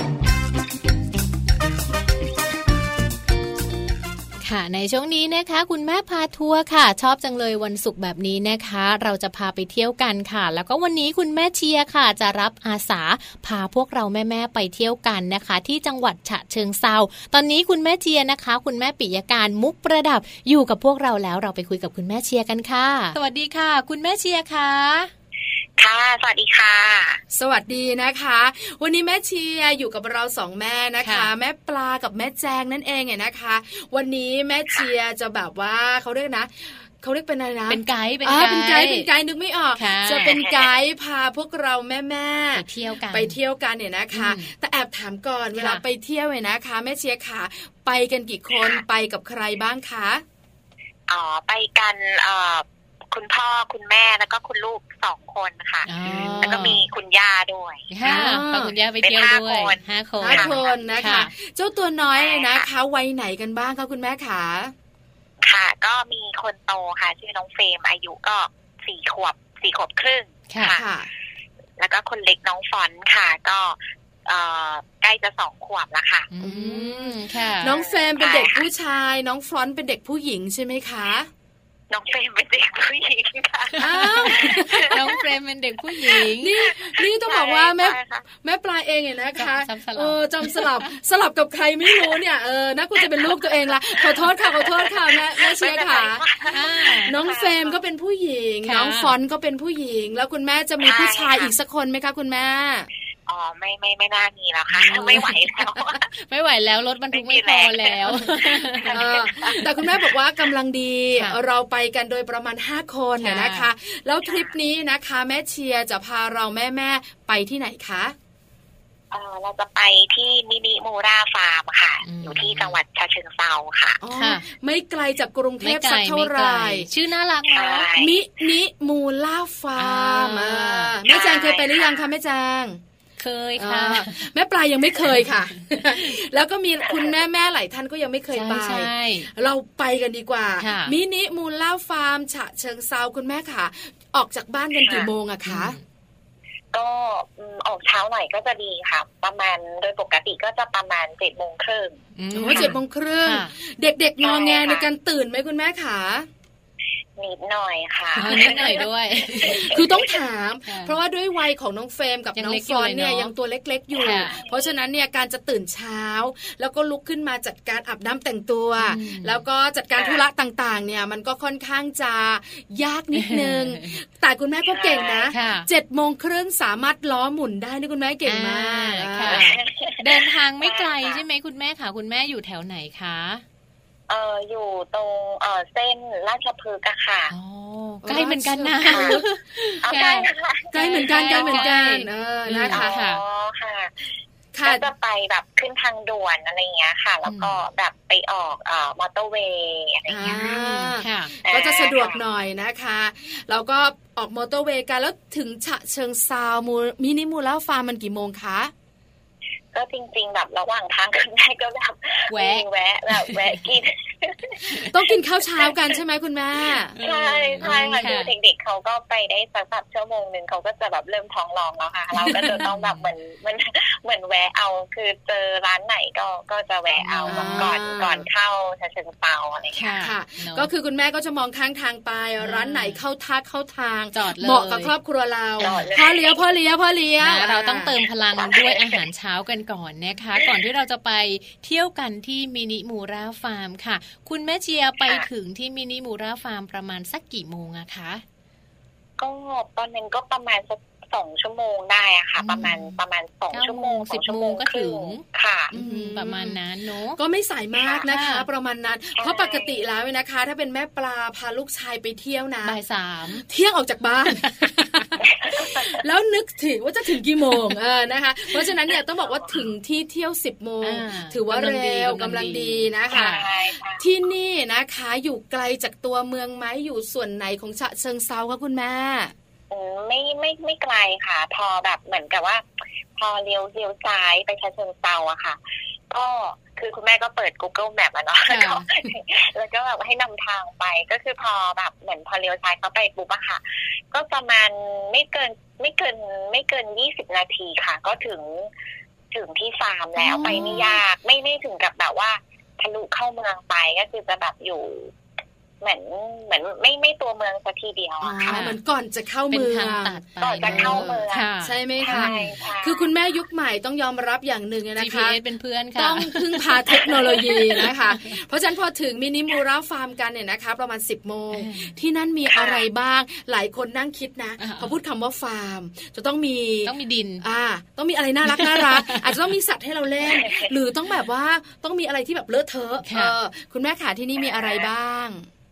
ค่ะในช่วงนี้นะคะคุณแม่พาทัวร์ค่ะชอบจังเลยวันศุกร์แบบนี้นะคะเราจะพาไปเที่ยวกันค่ะแล้วก็วันนี้คุณแม่เชียร์ค่ะจะรับอาสาพาพวกเราแม่ๆไปเที่ยวกันนะคะที่จังหวัดฉะเชิงเทราตอนนี้คุณแม่เชียร์นะคะคุณแม่ปิยการมุกประดับอยู่กับพวกเราแล้วเราไปคุยกับคุณแม่เชียร์กันค่ะสวัสดีค่ะคุณแม่เชียร์ค่ะค่ะสวัสดีค่ะสวัสดีนะคะวันนี้แม่เชียร์อยู่กับเราสองแม่นะคะแม่ปลากับแม่แจงนั่นเองเนี่ยนะคะวันนี้แม่เชียร์จะแบบว่าเขาเรียกนะเขาเรียกเป็นอะไรนะเป็นไกด์เป็นไกด์เป็นไกด์นึกไม่ออกจะเป็นไกด์พาพวกเราแม่ๆไปเที่ยวกันไปเที่ยวกันเนี่ยนะคะแต่แอบถามก่อนเวลาไปเที่ยวเนี่ยนะคะแม่เชียร์ค่ะไปกันกี่คนไปกับใครบ้างคะอ๋อไปกันเอ่อคุณพ่อคุณแม่แล้วก็คุณลูกสองคนค่ะแล้วก็มีคุณย่าด้วยค่ะพาคุณย่าไปเที่ยวด้วยห้าคนห้าคนนะคะเจ้าตัวน้อยเลยนะคะวัยไหนกันบ้างคะคุณแม่ขาค่ะก็มีคนโตค่ะชื่อน้องเฟรมอายุก็สี่ขวบสี่ขวบครึ่งค่ะแล้วก็คนเล็กน้องฟอนค่ะก็เอ่อใกล้จะสองขวบแล้วค่ะอืมค่ะน้องเฟรมเป็นเด็กผู้ชายน้องฟอนเป็นเด็กผู้หญิงใช่ไหมคะน้องเฟรมเป็นเด็กผู้หญิงค่ะน้องเฟรมเป็นเด็กผู้หญิงนี่นี่ต้องบอกว่าแม่แม่ปลาเองเนี่ยนะคะเออจำสลับสลับกับใครไม่รู้เนี่ยเออน่ากูจะเป็นลูกตัวเองละขอโทษค่ะขอโทษค่ะแม่แม่เชียร์ค่ะน้องเฟรมก็เป็นผู้หญิงน้องฟอนก็เป็นผู้หญิงแล้วคุณแม่จะมีผู้ชายอีกสักคนไหมคะคุณแม่อ๋อไม่ไม่ไม่น่ามีแล้วค่ะไม่ไหวแล้วไม่ไหวแล้วรถบรรทุกไม่พอแล้วแต่คุณแม่บอกว่ากำลังดีเราไปกันโดยประมาณห้าคนเนี่ยนะคะแล้วทริปนี้นะคะแม่เชียร์จะพาเราแม่แม่ไปที่ไหนคะเออเราจะไปที่มินิมูราฟาร์มค่ะอยู่ที่จังหวัดฉะเชิงเทราค่ะไม่ไกลจากกรุงเทพสักเท่าไหร่ชื่อน่ารักนะมินิมูราฟาร์มแม่แจงเคยไปหรือยังคะแม่แจงเคยค่ะแม่ปลายังไม่เคยค่ะแล้วก็มีคุณแม่แม่หลายท่านก็ยังไม่เคยไปเราไปกันดีกว่ามินิมูล่าฟาร์มฉะเชิงเทราคุณแม่ค่ะออกจากบ้านกันกี่โมงอะคะก็ออกเช้าหน่อยก็จะดีค่ะประมาณโดยปกติก็จะประมาณเจ็ดโมงครึ่งโอ้เจ็ดโมงครึ่งเด็กๆงอแงในการตื่นไหมคุณแม่คะนิดหน่อยค่ะนิดหน่อยด้วยคือต้องถามเพราะว่าด้วยวัยของน้องเฟรมกับน้องฟอนเนี่ยยังตัวเล็กๆอยู่เพราะฉะนั้นเนี่ยการจะตื่นเช้าแล้วก็ลุกขึ้นมาจัดการอาบน้ำแต่งตัวแล้วก็จัดการธุระต่างๆเนี่ยมันก็ค่อนข้างจะยากนิดนึงแต่คุณแม่ก็เก่งนะเจ็ดโมงครึ่งสามารถล้อหมุนได้นี่คุณแม่เก่งมากเดินทางไม่ไกลใช่ไหมคุณแม่ค่ะคุณแม่อยู่แถวไหนคะเอออยู่ตรงเออเส้นราชพฤกษ์อะค่ะอ๋อใกล้เหมือนกันนะใกล้ใกล้เหมือนกันใกล้เหมือนกันเออนะคะอ๋อค่ะก็จะไปแบบขึ้นทางด่วนอะไรเงี้ยค่ะแล้วก็แบบไปออกเอ่อมอเตอร์เวย์อะไรเงี้ยค่ะก็จะสะดวกหน่อยนะคะแล้วก็ออกมอเตอร์เวย์กันแล้วถึงฉะเชิงเทรามินิมูล่าฟาร์มมันกี่โมงคะก็จริงๆแบบระหว่างทางคุณแม่ก็แบบแวะแวะแบบแวะกินต้องกินข้าวเช้ากันใช่ไหมคุณแม่ใช่ใช่ค่ะดูเด็กๆเขาก็ไปได้สักแบบชั่วโมงนึงเขาก็จะแบบเริ่มท้องร้องแล้วค่ะเราก็จะต้องแบบเหมือนมันเหมือนแวะเอาคือเจอร้านไหนก็ก็จะแวะเอาก่อนก่อนเข้าฉะเชิงเทราอะไรอย่างเงี้ยค่ะก็คือคุณแม่ก็จะมองข้างทางไปร้านไหนเข้าท่าเข้าทางเหมาะกับครอบครัวเราพ่อเลี้ยงพ่อเลี้ยงพ่อเลี้ยงเราต้องเติมพลังด้วยอาหารเช้ากันก่อนนะคะก่อนที่เราจะไปเที่ยวกันที่มินิมูราฟาร์มค่ะคุณแม่เชียร์ไปถึงที่มินิมูราฟาร์มประมาณสักกี่โมงอะคะก็ตอนนั้นก็ประมาณสักสองชั่วโมงได้อะค่ะประมาณประมาณสองชั่วโมงสิบโมงก็ถึงค่ะประมาณนั้นเนาะก็ไม่สายมากนะคะประมาณนั้นเพราะปกติแล้วนะคะถ้าเป็นแม่ปลาพาลูกชายไปเที่ยวนะบ่ายสามเที่ยงออกจากบ้านแล้วนึกถึงว่าจะถึงกี่โมงเออนะคะเพราะฉะนั้นเนี่ยต้องบอกว่าถึงที่เที่ยวสิบโมงถือว่าเร็วกำลังดีนะคะที่นี่นะคะอยู่ไกลจากตัวเมืองไหมอยู่ส่วนไหนของฉะเชิงเทราคะคุณแม่ไม่ไม่ไม่ไกลค่ะพอแบบเหมือนกับว่าพอเลี้ยวเลี้ยวซ้ายไปฉะเชิงเทราอะค่ะก็คือคุณแม่ก็เปิด Google Map อ่ะเนาะแล้วก็แล้วก็แบบให้นำทางไปก็คือพอแบบเหมือนพอเลี้ยวซ้ายเข้าไปปุ๊บอะค่ะก็ประมาณไม่เกินไม่เกินไม่เกินยี่สิบนาทีค่ะก็ถึงถึงที่ฟาร์มแล้วไปไม่ยากไม่ไม่ถึงกับแบบว่าทะลุเข้าเมืองไปก็คือจะแบบอยู่เหมือนเหมือนไม่ไม่ตัวเมืองสักทีเดียวอะค่ะเหมือนก่อนจะเข้าเมืองก่อนจะเข้าเมืองใช่ไหมคะคือคุณแม่ยุคใหม่ต้องยอมรับอย่างหนึ่งนะคะจี พี เอส เป็นเพื่อนค่ะต้องพึ่งพาเทคโนโลยีนะคะเพราะฉะนั้นพอถึงมินิมูราฟาร์มกันเนี่ยนะคะประมาณสิบโมงที่นั่นมีอะไรบ้างหลายคนนั่งคิดนะพอพูดคำว่าฟาร์มจะต้องมีต้องมีดินอ่าต้องมีอะไรน่ารักน่ารักอาจจะต้องมีสัตว์ให้เราเล่นหรือต้องแบบว่าต้องมีอะไรที่แบบเลอะเทอะคุณแม่ขาที่นี่มีอะไรบ้าง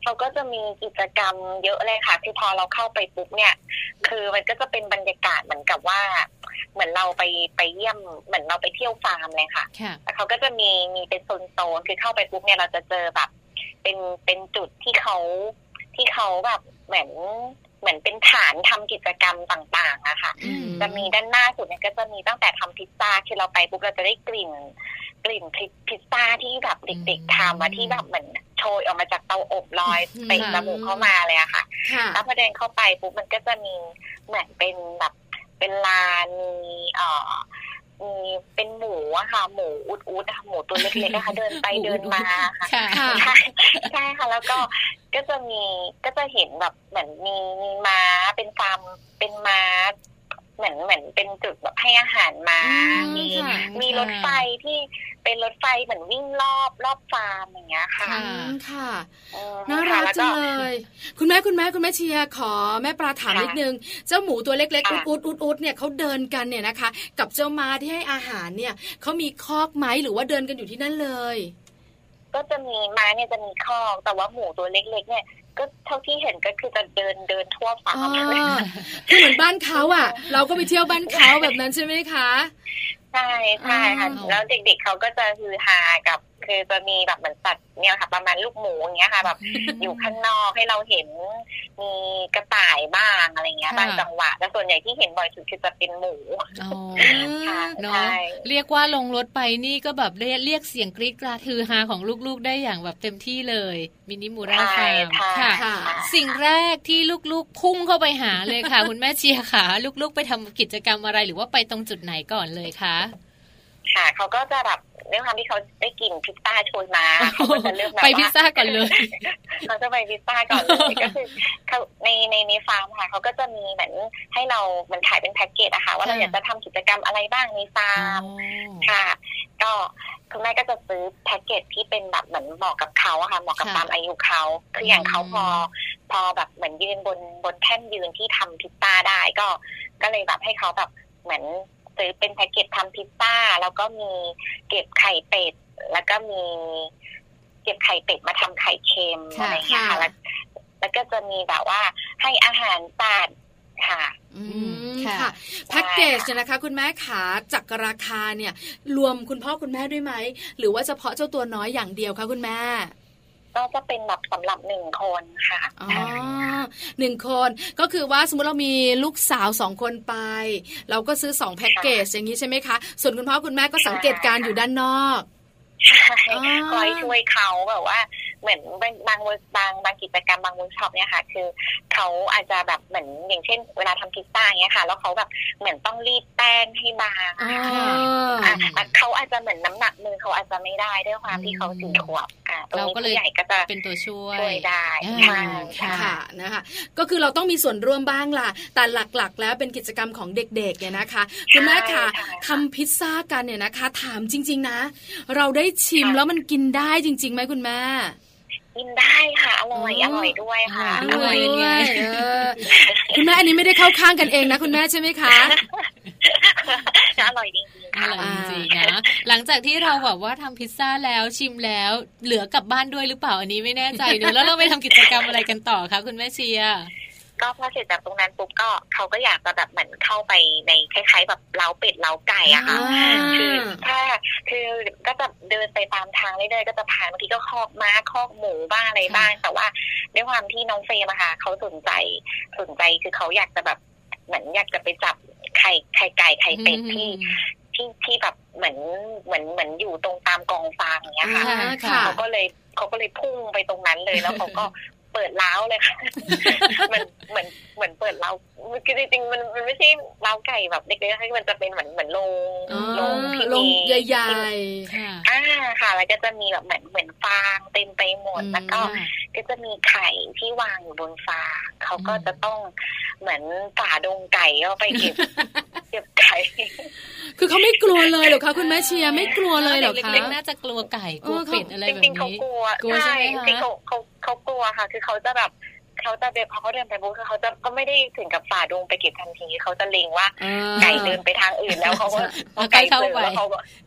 เขาก็จะมีกิจกรรมเยอะเลยค่ะคือพอเราเข้าไปปุ๊บเนี่ยคือมันก็จะเป็นบรรยากาศเหมือนกับว่าเหมือนเราไปไปเยี่ยมเหมือนเราไปเที่ยวฟาร์มเลยค่ะแต่เขาก็จะมีมีเป็นโซนโซนคือเข้าไปปุ๊บเนี่ยเราจะเจอแบบเป็นเป็นจุดที่เขาที่เขาแบบเหมือนเหมือนเป็นฐานทำกิจกรรมต่างๆอะค่ะจะมีด้านหน้าสุดเนี่ยก็จะมีตั้งแต่ทำพิซซ่าคือเราไปปุ๊บเราจะได้กลิ่นกลิ่นพิซซ่าที่แบบเด็กๆทำมาที่แบบเหมือนโชยออกมาจากเตาอบลอยเตะจมูกเข้ามาเลยอะค่ะแล้วพอเดินเข้าไปปุ๊บมันก็จะมีเหมือนเป็นแบบเป็นลานมีเอ่อมีเป็นหมูอะค่ะหมูอุดอุดหมูตัวเล็กๆนะคะเดินไปเดินมาค่ะใช่ใช่ค่ะแล้วก็ก็จะมีก็จะเห็นแบบเหมือนมีมีม้าเป็นฟาร์มเป็นม้าเหมือนเหมือนเป็นจุดแบบให้อาหารม้ามีมีรถไฟที่เป็นรถไฟเหมือนวิ่งรอบรอบฟาร์มอย่างเงี้ยค่ะค่ะน่ารักจังเลยคุณแม่คุณแม่คุณแม่เชียร์ขอแม่ปลาถามนิดนึงเจ้าหมูตัวเล็กๆอุดอุดอุดอุดเนี่ยเขาเดินกันเนี่ยนะคะกับเจ้าม้าที่ให้อาหารเนี่ยเขามีคอกไหมหรือว่าเดินกันอยู่ที่นั่นเลยก็จะมีม้าเนี่ยจะมีคอกแต่ว่าหมูตัวเล็กๆเนี่ยก็เท่าที่เห็นก็คือจะเดินเดินทั่วฟาร์มเลยคือเหมือนบ้านเขาอ่ะเราก็ไปเที่ยวบ้านเขาแบบนั้นใช่ไหมคะใช่ใช่ค่ะแล้วเด็กๆเขาก็จะฮือฮากับคือจะมีแบบเหมือนสัตว์เนี่ยค่ะประมาณลูกหมูอย่างเงี้ยค่ะแบบอยู่ข้างนอกให้เราเห็นมีกระต่ายบ้างอะไรเงี้ยบางจังหวะแต่ส่วนใหญ่ที่เห็นบ่อยสุดคือจะเป็นหมูค่ะเนาะเรียกว่าลงรถไปนี่ก็แบบเรียกเรียกเสียงกรี๊ดกราดฮือฮาของลูกๆได้อย่างแบบเต็มที่เลยมินิมูราฟาร์มค่ะสิ่งแรกที่ลูกๆพุ่งเข้าไปหาเลยค่ะคุณแม่เชียร์ค่ะลูกๆไปทำกิจกรรมอะไรหรือว่าไปตรงจุดไหนก่อนเลยคะค่ะเขาก็จะแบบด้วยความที่เขาได้กินพิซซ่าโชยมาเขาก็จะเลือกแบบไปพิซซ่าก่อนเลยเขาจะไปพิซซ่าก่อนเลยก็คือเขาในในในฟาร์มค่ะเขาก็จะมีเหมือนให้เราเหมือนขายเป็นแพ็กเกจอะค่ะว่าเราอยากจะทำกิจกรรมอะไรบ้างในฟาร์มค่ะก็คุณแม่ก็จะซื้อแพ็กเกจที่เป็นแบบเหมือนเหมาะกับเขาอะค่ะเหมาะกับตามอายุเขาคืออย่างเขาพอพอแบบเหมือนยืนบนบนแท่นยืนที่ทำพิซซ่าได้ก็ก็เลยแบบให้เขาแบบเหมือนซื้อเป็นแพ็กเกจทำพิซซ่าแล้วก็มีเก็บไข่เป็ดแล้วก็มีเก็บไข่เป็ดมาทำไข่เค็มอะไรอย่างเงี้ยค่ะแล้วแล้วก็จะมีแบบว่าให้อาหารสัตว์ค่ะอืมค่ะแพ็กเกจเนี่ยนะคะคุณแม่ขาจากราคาเนี่ยรวมคุณพ่อคุณแม่ด้วยไหมหรือว่าเฉพาะเจ้าตัวน้อยอย่างเดียวคะคุณแม่ก็จะเป็นแบบสำหรับหนึ่งคนค่ะอ๋อหนึ่งคนก็คือว่าสมมติเรามีลูกสาวสองคนไปเราก็ซื้อสองแพ็กเกจอย่างนี้ใช่ไหมคะส่วนคุณพ่อคุณแม่ก็สังเกตการอยู่ด้านนอกคอยช่วยเขาแบบว่าเหมือนบางบางบางบางกิจกรรมบางเวิร์กช็อปเนี่ยค่ะคือเขาอาจจะแบบเหมือนอย่างเช่นเวลาทำพิซซ่าเงี้ยค่ะแล้วเขาแบบเหมือนต้องรีดแป้งให้บางเขาอาจจะเหมือนน้ำหนักมือเขาอาจจะไม่ได้ด้วยความที่เขาสี่ขวบเราก็เลยใหญ่ก็จะเป็นตัวช่วยช่วยได้ค่ะนะคะก็คือเราต้องมีส่วนร่วมบ้างล่ะแต่หลักๆแล้วเป็นกิจกรรมของเด็กๆเนี่ยนะคะคุณแม่ค่ะทำพิซซ่ากันเนี่ยนะคะถามจริงๆนะเราได้ชิมแล้วมันกินได้จริงๆไหมคุณแม่กินได้ค่ะอร่อยอร่อยด้วยค่ะด้วยไงคุณแม่อันนี้ไม่ได้เข้าข้างกันเองนะคุณแม่ใช่ไหมคะอร่อยจริงๆค่ะอร่อยจริงๆนะหลังจากที่เราแบบว่าทำพิซซ่าแล้วชิมแล้วเหลือกลับบ้านด้วยหรือเปล่าอันนี้ไม่แน่ใจเนอะแล้วเราไปทำกิจกรรมอะไรกันต่อคะคุณแม่เชียร์ก็พอเสร็จจากตรงนั้นปุ๊บก็เขาก็อยากจะแบบเหมือนเข้าไปในคล้ายๆแบบเล้าเป็ดเล้าไก่อะค่ะคือถ้าคือก็จะเดินไปตามทางเรื่อยๆก็จะผ่านบางทีก็คอกม้าคอกหมูบ้างอะไรบ้างแต่ว่าด้วยความที่น้องเฟย์มาค่ะเขาสนใจสนใจคือเขาอยากจะแบบเหมือนอยากจะไปจับไข่ไข่ไก่ไข่เป็ดที่ที่ที่แบบเหมือนเหมือนเหมือนอยู่ตรงตามกองฟางอย่างเงี้ยค่ะเขาก็เลยเขาก็เลยพุ่งไปตรงนั้นเลยแล้วเขาก็เปิดเล้าเลยค่ะเหมือนเหมือนเหมือนเปิดเล้าคือจริงๆมันมันไม่ใช่เล้าไก่แบบเล็กๆให้มันจะเป็นเหมือนเหมือนโรงโรงที่มีใหญ่ๆค่ะอ่าค่ะแล้วก็จะมีแบบเหมือนเหมือนฟางเต็มไปหมดแล้วก็ก็จะมีไข่ที่วางอยู่บนฟางเขาก็จะต้องเหมือนฝ่าดงไก่เข้าไปเก็บเก็บไก่คือเขาไม่กลัวเลยหรอคะคุณแม่เชียร์ไม่กลัวเลยหรอคะเล็กๆน่าจะกลัวไก่กลัวเป็ดอะไรแบบนี้จริงๆเขากลัวใช่จริงๆเขาเขาเขากลัวค่ะคือเขาจะแบบเขาจะเดินพอเขาเดินไปปุ๊บคือเขาจะก็ไม่ได้ถึงกับฝ่าดงไปเก็บทันทีเขาจะเล็งว่าไก่เดินไปทางอื่นแล้วเขาก็ไก่เข้าไปแล้วเขาก็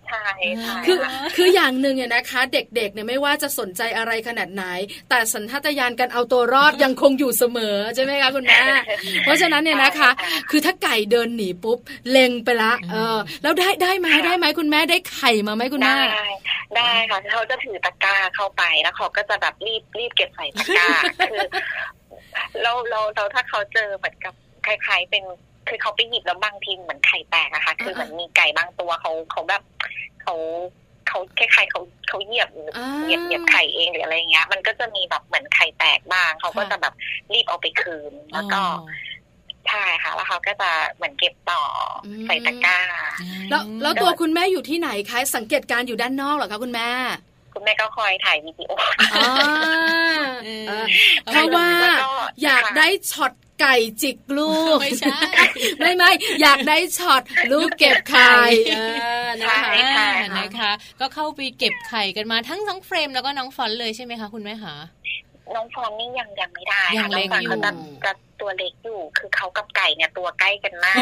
ใช่ใช่คือคืออย่างหนึ่งเนี่ยนะคะเด็กๆเนี่ยไม่ว่าจะสนใจอะไรขนาดไหนแต่สัญชาตญาณการเอาตัวรอดยังคงอยู่เสมอใช่ไหมคะคุณแม่เพราะฉะนั้นเนี่ยนะคะคือถ้าไก่เดินหนีปุ๊บเล็งไปละเออแล้วได้ได้ไหมได้ไหมคุณแม่ได้ไข่มาไหมคุณแม่ได้ได้ค่ะเขาจะถือตะกร้าเข้าไปแล้วเขาก็จะแบบรีบรีบเก็บใส่ตะกร้าคือเราเราเราถ้าเขาเจอเหมือนกับคล้ายๆเป็นคือเขาไปหยิบแล้วบางทีเหมือนไข่แตกอะค่ะคือเหมือนมีไก่บางตัวเขาเขาแบบเขาเขาคล้ายๆเขาเขาเหยียบเหยียบเหยียบไข่เองหรืออะไรเงี้ยมันก็จะมีแบบเหมือนไข่แตกบ้างเขาก็จะแบบรีบเอาไปคืนแล้วก็ใช่ค่ะแล้วเขาก็จะเหมือนเก็บต่อใส่ตะกร้าแล้วแล้วตัวคุณแม่อยู่ที่ไหนคะสังเกตการอยู่ด้านนอกเหรอคะคุณแม่คุณแม่ก็คอยถ่ายวิดีโอเพราะว่าอยากได้ช็อตไก่จิกลูกไม่ใช่ไม่ไม่อยากได้ช็อตลูกเก็บไข่นะคะนะคะก็เข้าไปเก็บไข่กันมาทั้งน้องเฟรมแล้วก็น้องฟอนเลยใช่ไหมคะคุณแม่คะน้องฟอนนี่ยังยังไม่ได้ค่ะน้องฟอนเขาจะจะตัวเล็กอยู่คือเขากับไก่เนี่ยตัวใกล้กันมาก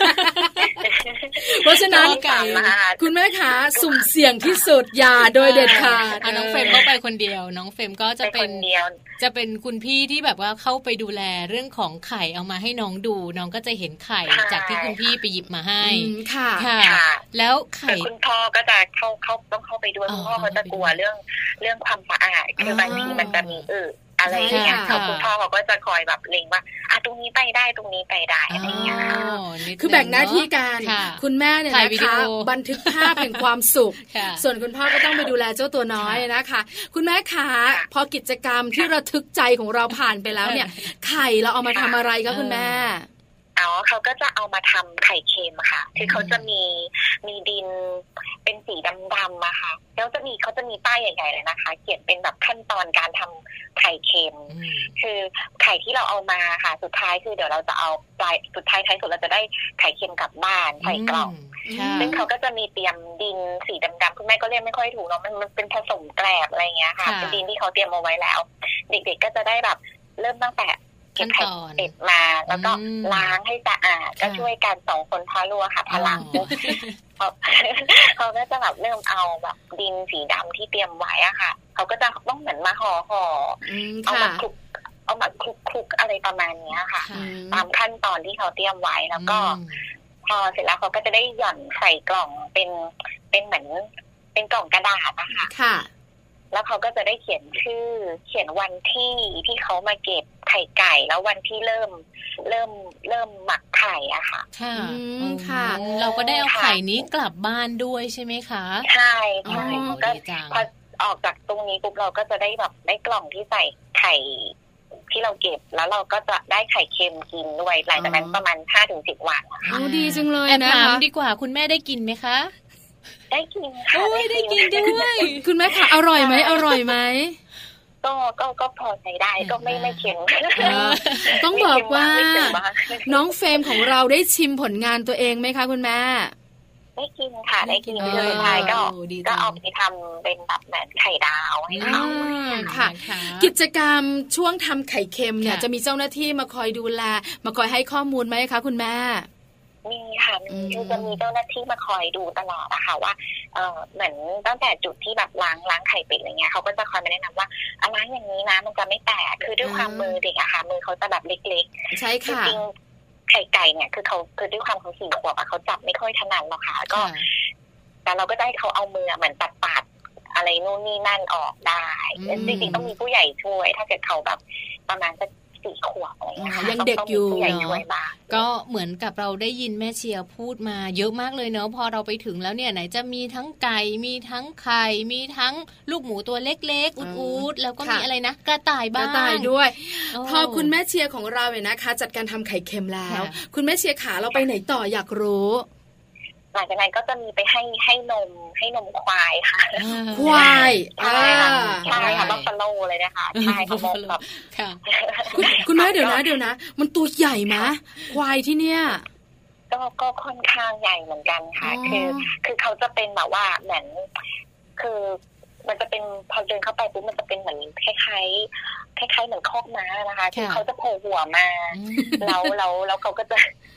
เพราะฉะนั้นคุณแม่ขาสุ่มเสี่ยงที่สุดอย่าโดยเด็ดขาดน้องเฟรมก็ไปคนเดียวน้องเฟรมก็จะเป็นจะเป็นคุณพี่ที่แบบว่าเข้าไปดูแลเรื่องของไข่เอามาให้น้องดูน้องก็จะเห็นไข่จากที่คุณพี่ไปหยิบมาให้ค่ะค่ะแล้วไข่คุณพ่อก็จะเข้าเข้าต้องเข้าไปด้วยคุณพ่อเขาจะกลัวเรื่องเรื่องความสะอาดคือบางทีมันจะมีเอออะไรอย่างเงี้ยเขาคุณพ่อเขาก็จะคอยแบบเล็งว่าอ่ะตรงนี้ไปได้ตรงนี้ไปได้อะไรอย่างเงี้ยคือแบ่งหน้าที่กันคุณแม่เนี่ยนะคะบันทึกภาพแห่งความสุขส่วนคุณพ่อก็ต้องไปดูแลเจ้าตัวน้อยนะคะคุณแม่คะพอกิจกรรมที่ระทึกใจของเราผ่านไปแล้วเนี่ยไข่เราเอามาทำอะไรคะคุณแม่อ๋อเขาก็จะเอามาทำไข่เค็มค่ะคือเขาจะมีมีดินเป็นสีดำๆอะค่ะแล้วจะมีเขาจะมีป้ายใหญ่ๆเลยนะคะเขียนเป็นแบบขั้นตอนการทำไข่เค็มคือไข่ที่เราเอามาค่ะสุดท้ายคือเดี๋ยวเราจะเอาปลายสุดท้ายท้ายสุดเราจะได้ไข่เค็มกลับบ้านใส่กล่องซึ่งเขาก็จะมีเตรียมดินสีดำๆคุณแม่ก็เรียกไม่ค่อยถูกเนาะมันมันเป็นผสมแกลบอะไรเงี้ยค่ะเป็นดินที่เขาเตรียมเอาไว้แล้วเด็กๆก็จะได้แบบเริ่มตั้งแต่เก็บไข่เป็ดมาแล้วก็ล้างให้สะอาดก็ช่วยกันสองคนพาลัวค่ะพลังเขาก็จะแบบเริ่มเอาแบบดินสีดำที่เตรียมไว้อะค่ะเขาก็จะต้องเหมือนมาห่อห่อเอามาคลุกเอามาคลุกคลุกอะไรประมาณนี้ค่ะตามขั้นตอนที่เขาเตรียมไว้แล้วก็พอเสร็จแล้วเขาก็จะได้หย่อนใส่กล่องเป็นเป็นเหมือนเป็นกล่องกระดาษอะค่ะแล้วเขาก็จะได้เขียนชื่อเขียนวันที่ที่เขามาเก็บไข่ไก่แล้ววันที่เริ่มเริ่มเริ่มหมักไข่อะค่ะค่ะค่ะเราก็ได้เอาไข่นี้กลับบ้านด้วยใช่ไหมคะใช่ใช่ก็พอออกจากตรงนี้ปุ๊บเราก็จะได้แบบได้กล่องที่ใส่ไข่ที่เราเก็บแล้วเราก็จะได้ไข่เค็มกินด้วยหลังจากนั้นประมาณ ห้าถึงสิบ วันอ๋อดีจังเลยนะคะถามดีกว่าคุณแม่ได้กินไหมคะได้กินค่ะโอ้ยได้กินด้วยคุณแม่คะอร่อยไหมอร่อยไหมก็ก็ก็พอใช้ได้ก็ไม่ไม่เค็มต้องบอกว่าน้องเฟรมของเราได้ชิมผลงานตัวเองไหมคะคุณแม่ได้กินค่ะได้กินสุดท้ายก็ก็เอาไปทำเป็นแบบเหมือนไข่ดาวให้เขาค่ะกิจกรรมช่วงทำไข่เค็มเนี่ยจะมีเจ้าหน้าที่มาคอยดูแลมาคอยให้ข้อมูลไหมคะคุณแม่มีค่ะคือจะมีเจ้าหน้าที่มาคอยดูตลอดอะค่ะว่าเออเหมือนตั้งแต่จุดที่แบบล้างล้างไข่เป็ดอะไรเงี้ยเขาก็จะคอยมาแนะนำว่าล้างอย่างนี้นะมันจะไม่แตกคือด้วยความมือเด็กอะค่ะมือเขาจะแบบเล็กๆใช่ค่ะจริงไข่ไก่เนี่ยคือเขาคือด้วยความเขาสี่ขวบอะเขาจับไม่ค่อยถนัดหรอกค่ะก็แต่เราก็ได้เขาเอามือเหมือนปัดปัดอะไรนู่นนี่นั่นออกได้จริงๆต้องมีผู้ใหญ่ช่วยถ้าเกิดเขาแบบประมาณสักสี่ขวบอะไรอย่างเงี้ยยังเด็กอยู่เนาะก็เหมือนกับเราได้ยินแม่เชียร์พูดมาเยอะมากเลยเนาะพอเราไปถึงแล้วเนี่ยไหนจะมีทั้งไก่มีทั้งไข่มีทั้งลูกหมูตัวเล็กๆอูดๆแล้วก็มีอะไรนะกระต่ายบ้างกระต่ายด้วยพอคุณแม่เชียร์ของเราเนี่ยนะคะจัดการทำไข่เค็มแล้วคุณแม่เชียร์ขาเราไปไหนต่ออยากรู้หลังจากนั้นก็จะมีไปให้ให้นมให้นมควายค่ะควายใช่ค่ะใช่ค่ะบัฟฟาโลเลยนะคะใช่ค่ะแบบคุณแม่เดี๋ยวนะเดี๋ยวนะมันตัวใหญ่ไหมควายที่เนี้ยก็ก็ค่อนข้างใหญ่เหมือนกันค่ะคือคือเขาจะเป็นแบบว่าเหมือนคือมันจะเป็นพอเดินเข้าไปปุ๊บมันจะเป็นเหมือนคล้ายๆคล้ายๆเหมือนคอกม้านะคะคือเขาจะโผล่หัวมาแล้วแล้วแล้วเขาก็จะ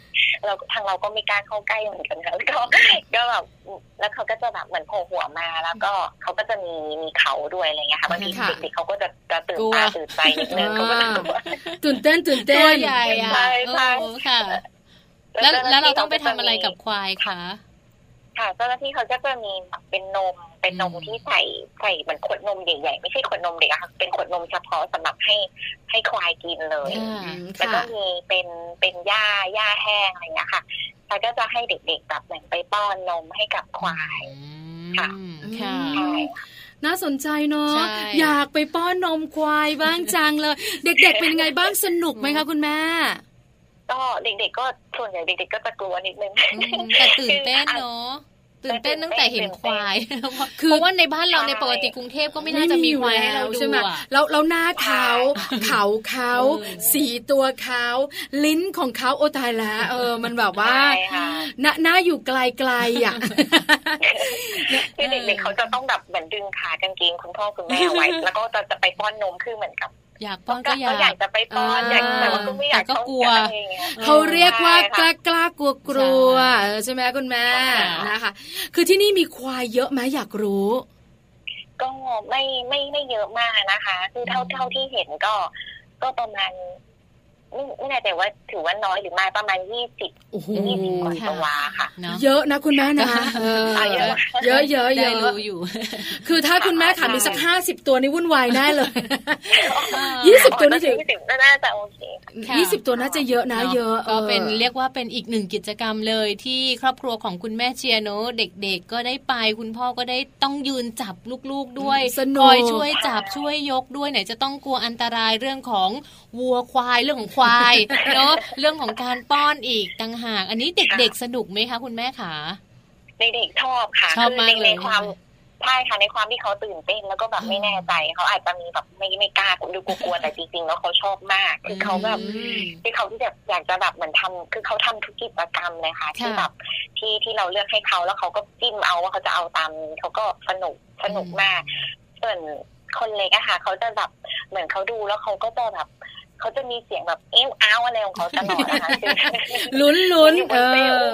เราทางเราก็ไม่กล้าเข้าใกล้เหมือนกันค่ะก็ก็แบบแล้วเขาก็จะแบบเหมือนโผล่หัวมาแล้วก็เขาก็จะมีมีเขาด้วยอะไรเงี้ยค่ะบางทีเด็กๆเขาก็จะจะตื่นตาตื่นใจนิดนึงเขาก็จะตื่นเต้นตื่นเต้นตัวใหญ่อ่ะใช่ค่ะแล้วแล้วเราต้องไปทำอะไรกับควายคะค่ะเจ้าหน้าที่เขาก็จะมีเป็นนมเป็นนมที่ใส่ใส่เหมือนขวดนมใหญ่ๆไม่ใช่ขวดนมเด็กอะค่ะเป็นขวดนมเฉพาะสำหรับให้ให้ควายกินเลยแล้วก็มีเป็นเป็นหญ้าหญ้าแห้งอะไรเงี้ยค่ะแล้วก็จะให้เด็กๆแบบเหมือนไปป้อนนมให้กับควายค่ะค่ะน่าสนใจเนาะอยากไปป้อนนมควายบ้างจังเลยเด็กๆเป็นไงบ้างสนุกไหมคะคุณแม่ก็เด็กๆก็ส่วนใหญ่เด็กๆก็จะกลัวนิดนึงแต่ตื่นเต้นเนาะตื่นเต้นตั้งแต่เห็นควายเพราะว่าในบ้านเราในปกติกรุงเทพก็ไม่น่าจะมีควายให้เราดูอ่ะแล้วแล้วหน้าเขาเขาเขาสีตัวเขาลิ้นของเขาโอ้ตายแล้วเออมันแบบว่าหน้าหน้าอยู่ไกลๆอ่ะคือเด็กๆเขาจะต้องแบบเหมือนดึงขากางเกงคุณพ่อคุณแม่ไว้แล้วก็จะจะไปป้อนนมคือเหมือนกับอยากป้อนก็อยากอยากจะไปป้อนอยากแต่ว่าก็ไม่อยากก็กลัวเขาเรียกว่ากล้ากล้ากลัวกลัวใช่ไหมคุณแม่นะคะคือที่นี่มีควายเยอะไหมอยากรู้ก็ไม่ไม่ไม่เยอะมากนะคะคือเท่าเท่าที่เห็นก็ก็ประมาณไม่ไม่แน่ใจว่าถือว่าน้อยหรือไม่ประมาณยี่สิบยี่สิบกว่าตัวค่ะเยอะนะคุณแม่นะเยอะเยอะเยอะเยอะอยู่คือถ้าคุณแม่ขามีสักห้าสิบตัวนี่วุ่นวายแน่เลยยี่สิบตัวนี่ถือยี่สิบน่าจะโอเคยี่สิบตัวน่าจะเยอะนะเยอะก็เป็นเรียกว่าเป็นอีกหนึ่งกิจกรรมเลยที่ครอบครัวของคุณแม่เชียร์เนอะเด็กๆก็ได้ไปคุณพ่อก็ได้ต้องยืนจับลูกๆด้วยคอยช่วยจับช่วยยกด้วยไหนจะต้องกลัวอันตรายเรื่องของวัวควายเรื่องของควายเนาะเรื่องของการป้อนอีกต่างหากอันนี้เด็กๆสนุกไหมคะคุณแม่คะเด็กๆชอบค่ะชอบมากเลยในความใช่ค่ะในความที่เขาตื่นเต้นแล้วก็แบบไม่แน่ใจเขาอาจจะมีแบบไม่ไม่กล้าดูกลัวๆแต่จริงๆแล้วเขาชอบมากคือเขาแบบที่เขาที่แบบอยากจะแบบเหมือนทำคือเขาทำทุกกิจกรรมเลยค่ะที่แบบที่ที่เราเลือกให้เขาแล้วเขาก็จิ้มเอาว่าเขาจะเอาตามเขาก็สนุกสนุกมากส่วนคนเล็กอะค่ะเขาจะแบบเหมือนเขาดูแล้วเขาก็จะแบบเขาจะมีเสียงแบบเอ้วอ้าวอะไรของเขาตลอดนะคะลุ้นลุ้นเออ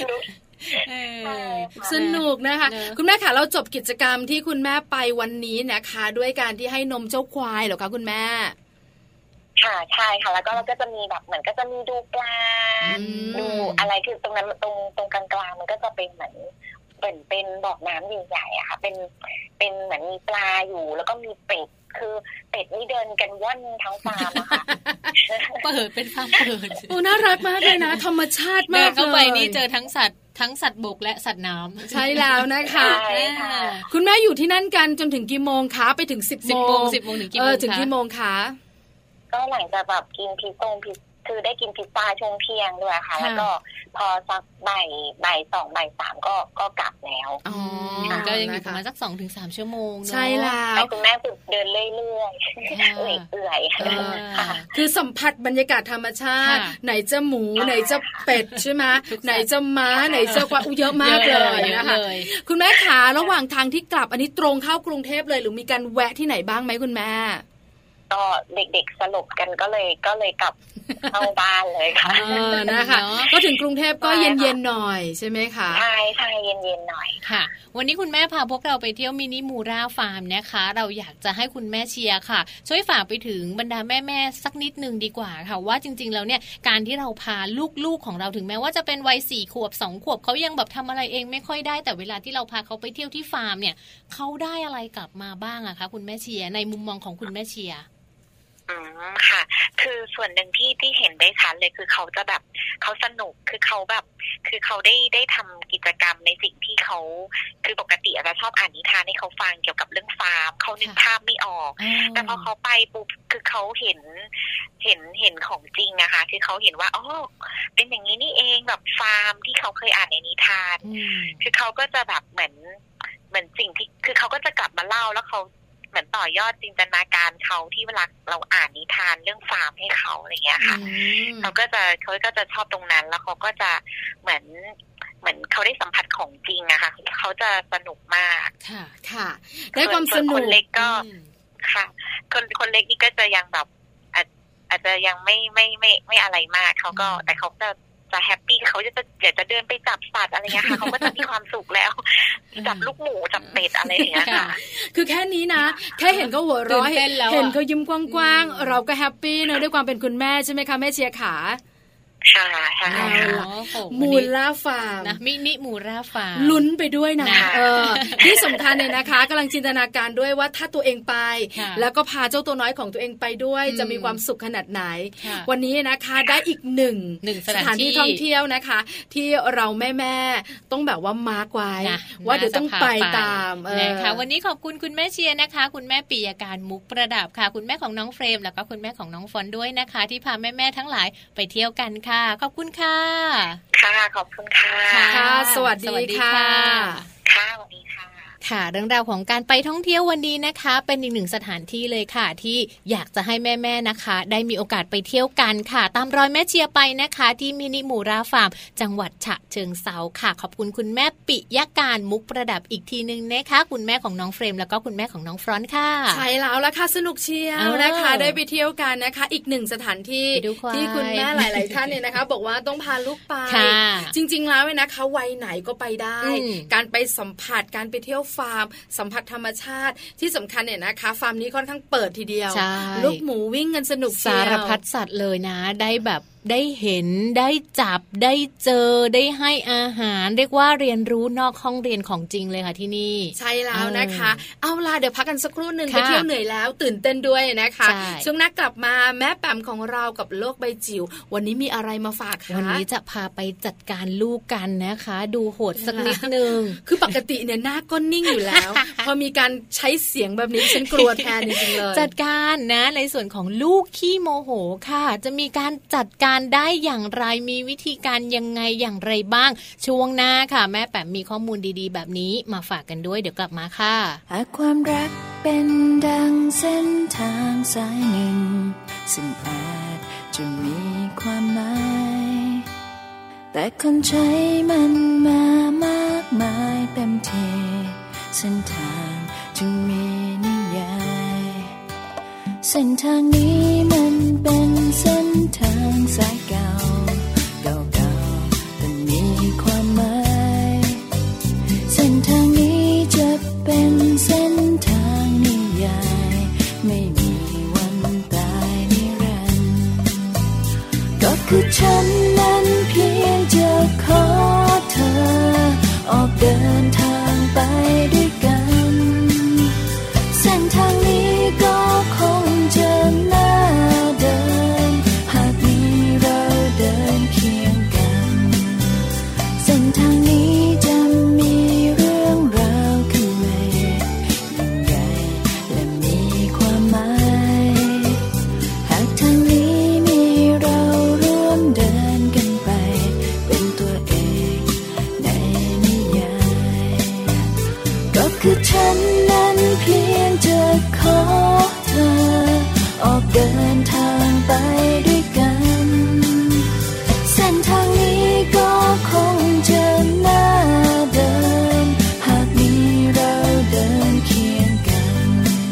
สนุกนะคะคุณแม่คะเราจบกิจกรรมที่คุณแม่ไปวันนี้นะคะด้วยการที่ให้นมเจ้าควายเหรอคะคุณแม่ค่ะใช่ค่ะแล้วก็เราก็จะมีแบบเหมือนก็จะมีดูปลาดูอะไรคือตรงนั้นตรงตรงกลางๆมันก็จะเป็นเหมือนเป็นเป็นบ่อน้ำใหญ่ๆอะค่ะเป็นเป็นเหมือนมีปลาอยู่แล้วก็มีเป็ดคือเป็ดนี่เดินกันว่อนทั้งฟาร์มอะค่ะเปิดเป็นฟาร์มเปิดโอ้น่ารักมากเลยนะธรรมชาติมากเลยเข้าไปนี่เจอทั้งสัตว์ทั้งสัตว์บกและสัตว์น้ำใช่แล้วนะคะคุณแม่อยู่ที่นั่นกันจนถึงกี่โมงคะไปถึงสิบโมงสิบโมงถึงกี่โมงถึงกี่โมงคะก็หลังจากแบบกินพิซซ่งพิซคือได้กินพิซซ่าช่วงเที่ยงด้วยค่ะแล้วก็พอสักบ่ายบ่ายสองบ่ายสามก็ก็กลับแล้วอ๋อก็ยังอยู่ประมาณสักสองถึงสามชั่วโมงใช่แล้วคุณแม่ฝึกเดินเรื่อยๆเอื่อยๆคือสัมผัสบรรยากาศธรรมชาติไหนจะหมูไหนจะเป็ดใช่ไหมไหนจะม้าไหนจะกวางเยอะมากเลยนะคะคุณแม่ขาระหว่างทางที่กลับอันนี้ตรงเข้ากรุงเทพเลยหรือมีการแวะที่ไหนบ้างไหมคุณแม่ก็เด็กๆสลบกันก็เลยก็เลยกลับเข้าบ้านเลยค่ะนะคะก็ถึงกรุงเทพก็เย็นๆหน่อยใช่ไหมคะใช่ใช่เย็นๆหน่อยค่ะวันนี้คุณแม่พาพวกเราไปเที่ยวมินิมูราฟาร์มนะคะเราอยากจะให้คุณแม่เชียร์ค่ะช่วยฝากไปถึงบรรดาแม่ๆสักนิดนึงดีกว่าค่ะว่าจริงๆแล้วเนี่ยการที่เราพาลูกๆของเราถึงแม้ว่าจะเป็นวัยสี่ขวบสองขวบเขายังแบบทำอะไรเองไม่ค่อยได้แต่เวลาที่เราพาเขาไปเที่ยวที่ฟาร์มเนี่ยเขาได้อะไรกลับมาบ้างอะคะคุณแม่เชียร์ในมุมมองของคุณแม่เชียร์อืมค่ะคือส่วนหนึ่งที่ที่เห็นได้ชัดเลยคือเขาจะแบบเขาสนุกคือเขาแบบคือเขาได้ได้ทำกิจกรรมในสิ่งที่เขาคือปกติอาจจะชอบอ่านนิทานให้เขาฟังเกี่ยวกับเรื่องฟาร์มเขานึกภาพไม่ออกแต่พอเขาไปปุ๊บคือเขาเห็นเห็นเห็นของจริงนะคะคือเขาเห็นว่าอ๋อเป็นอย่างนี้นี่เองแบบฟาร์มที่เขาเคยอ่านในนิทานคือเขาก็จะแบบเหมือนเหมือนสิ่งที่คือเขาก็จะกลับมาเล่าแล้วเขาเหมือนต่อยอดจินตนาการเขาที่เวลาเราอ่านนิทานเรื่องฟาร์มให้เขาอะไรเงี้ยค่ะเขาก็จะเขาก็จะชอบตรงนั้นแล้วเขาก็จะเหมือนเหมือนเขาได้สัมผัสของจริงอะค่ะเขาจะสนุกมากค่ะค่ะได้ความสนุกคนเล็กก็ค่ะคนคนเล็กนี่ก็จะยังแบบอาจอาจจะยังไม่ไม่ไม่ไม่อะไรมากเขาก็แต่เขาจะจะแฮปปี้เขาจะจะอยากจะเดินไปจับสัตว์อะไรเงี้ยค่ะเขาก็จะมีความสุขแล้วจับลูกหมูจับเป็ดอะไรอย่างเงี้ยค่ะคือแค่นี้นะแค่เห็นเขาหัวเราะเห็นเขายิ้มกว้างๆเราก็แฮปปี้เนอะด้วยความเป็นคุณแม่ใช่ไหมคะแม่เชียร์ขาค่ะใช่มูล่าฟาร์มนะมินิมูล่าฟาร์มลุ้นไปด้วยนะเออที่สำคัญเนี่ยนะคะกำลังจินตนาการด้วยว่าถ้าตัวเองไปแล้วก็พาเจ้าตัวน้อยของตัวเองไปด้วยจะมีความสุขขนาดไหนวันนี้นะคะได้อีกหนึ่งสถานที่ท่องเที่ยวนะคะที่เราแม่ๆต้องแบบว่ามาร์กไว้ว่าเดี๋ยวต้องไปตามนะคะวันนี้ขอบคุณคุณแม่เชียร์นะคะคุณแม่ปิยการมุกประดับค่ะคุณแม่ของน้องเฟรมแล้วก็คุณแม่ของน้องฟอนด้วยนะคะที่พาแม่ๆทั้งหลายไปเที่ยวกันค่ะขอบคุณค่ะค่ะขอบคุณค่ะค่ะสวัสดีค่ะค่ะสวัสดีค่ะค่ะเรื่องราวของการไปท่องเที่ยววันนี้นะคะเป็นอีกหนึ่งสถานที่เลยค่ะที่อยากจะให้แม่ๆนะคะได้มีโอกาสไปเที่ยวกันค่ะตามรอยแม่เชียร์ไปนะคะที่มินิมูราฟาร์มจังหวัดฉะเชิงเทราค่ะขอบคุณคุณแม่ปิยการมุกประดับอีกทีนึงนะคะคุณแม่ของน้องเฟรมแล้วก็คุณแม่ของน้องฟรอนต์ค่ะใช่แล้วละค่ะสนุกเชียวนะคะได้ไปเที่ยวกันนะคะอีกหนึ่งสถานที่ที่คุณแม่หลายๆท่านเนี่ยนะคะบอกว่าต้องพาลูกไปจริงๆแล้วนะคะวัยไหนก็ไปได้การไปสัมผัสการไปเที่ยวฟาร์มสัมผัสธรรมชาติที่สำคัญเนี่ยนะคะฟาร์มนี้ค่อนข้างเปิดทีเดียวลูกหมูวิ่งกันสนุกสารพัดสัตว์เลยนะได้แบบได้เห็นได้จับได้เจอได้ให้อาหารเรียกว่าเรียนรู้นอกห้องเรียนของจริงเลยค่ะที่นี่ใช่แล้วนะคะเอาล่ะเดี๋ยวพักกันสักครู่นึงไปเที่ยวเหนื่อยแล้วตื่นเต้นด้วยนะคะช่วงหน้ากลับมาแม่แปมของเรากับโลกใบจิ๋ววันนี้มีอะไรมาฝากคะวันนี้จะพาไปจัดการลูกกันนะคะดูโหดสักนิดนึงคือปกติเนี่ยหน้าก็นิ่งอยู่แล้วพอมีการใช้เสียงแบบนี้ฉันกลัวแทนจริงๆเลยจัดการนะในส่วนของลูกขี้โมโหค่ะจะมีการจัดการได้อย่างไรมีวิธีการยังไงอย่างไรบ้างช่วงหน้าค่ะแม่แป๋มมีข้อมูลดีๆแบบนี้มาฝากกันด้วยเดี๋ยวกลับมาค่ะหากความรักเป็นดังเส้นทางสายหนึ่งซึ่งอาจจะมีความหมายแต่คนใช้มันมามากมายเต็มทีเส้นทางจึงมีนิยายเส้นทางนี้มันเป็นเส้นทางสายเก่าเก่าๆแต่มีความหมายเส้นทางนี้จะเป็นเส้นทางนิยายไม่มีวันตายนิรันดร์ก็คือฉันนั้นเพียงจะขอเธอออกเดินทางไปด้วยกันเส้นทางนี้ก็คงจะน่าเดินหากมีเราเดินเคียงกันเส้นทางนี้จะมีเรื่องราวข้างในยิ่งใหญ่และมีความหมายหากทางนี้มีเราร่วมเดินกันไปเป็นตัวเอกในนิยายก็คือฉันนั้นเพียงจะขอเธอออกเดินทางไปด้วยกันเส้นทางนี้ก็คงจะน่าเดินหากมีเราเดินเคียงกัน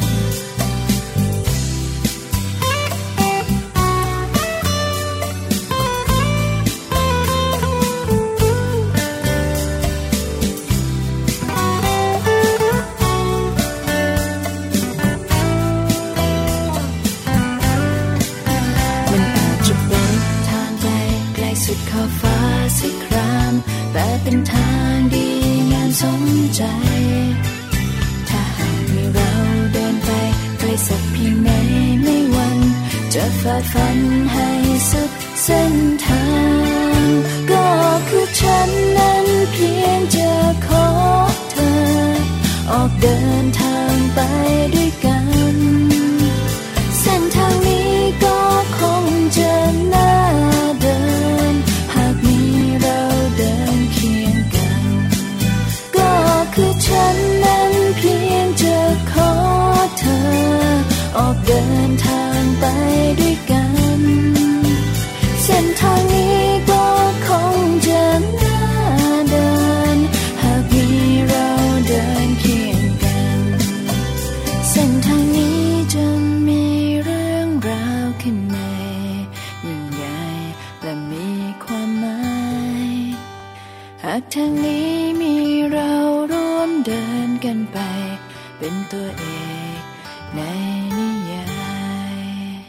สุดขอบฟ้าสิครามแต่เป็นทางดีงามสมใจถ้าหากมีเราเดินไปไกลสักเพียงไหนไม่หวั่นจะฝ่าฟันให้สุดเส้นทางก็คือฉันนั้นเพียงจะขอเธอออกเดินทางไปด้วยกันเส้นทางนี้ก็คงจะน่าเดินหากมีเราเดินเคียงกันก็คือฉันนั้นเพียงจะขอเธอออกเดินทางไปด้วยกันเส้นทางนี้ก็คงจะน่าเดินหากมีเราเดินเคียงกันเส้นทางนี้จะมีเรื่องราวข้างในยิ่งใหญ่และมีความหมาย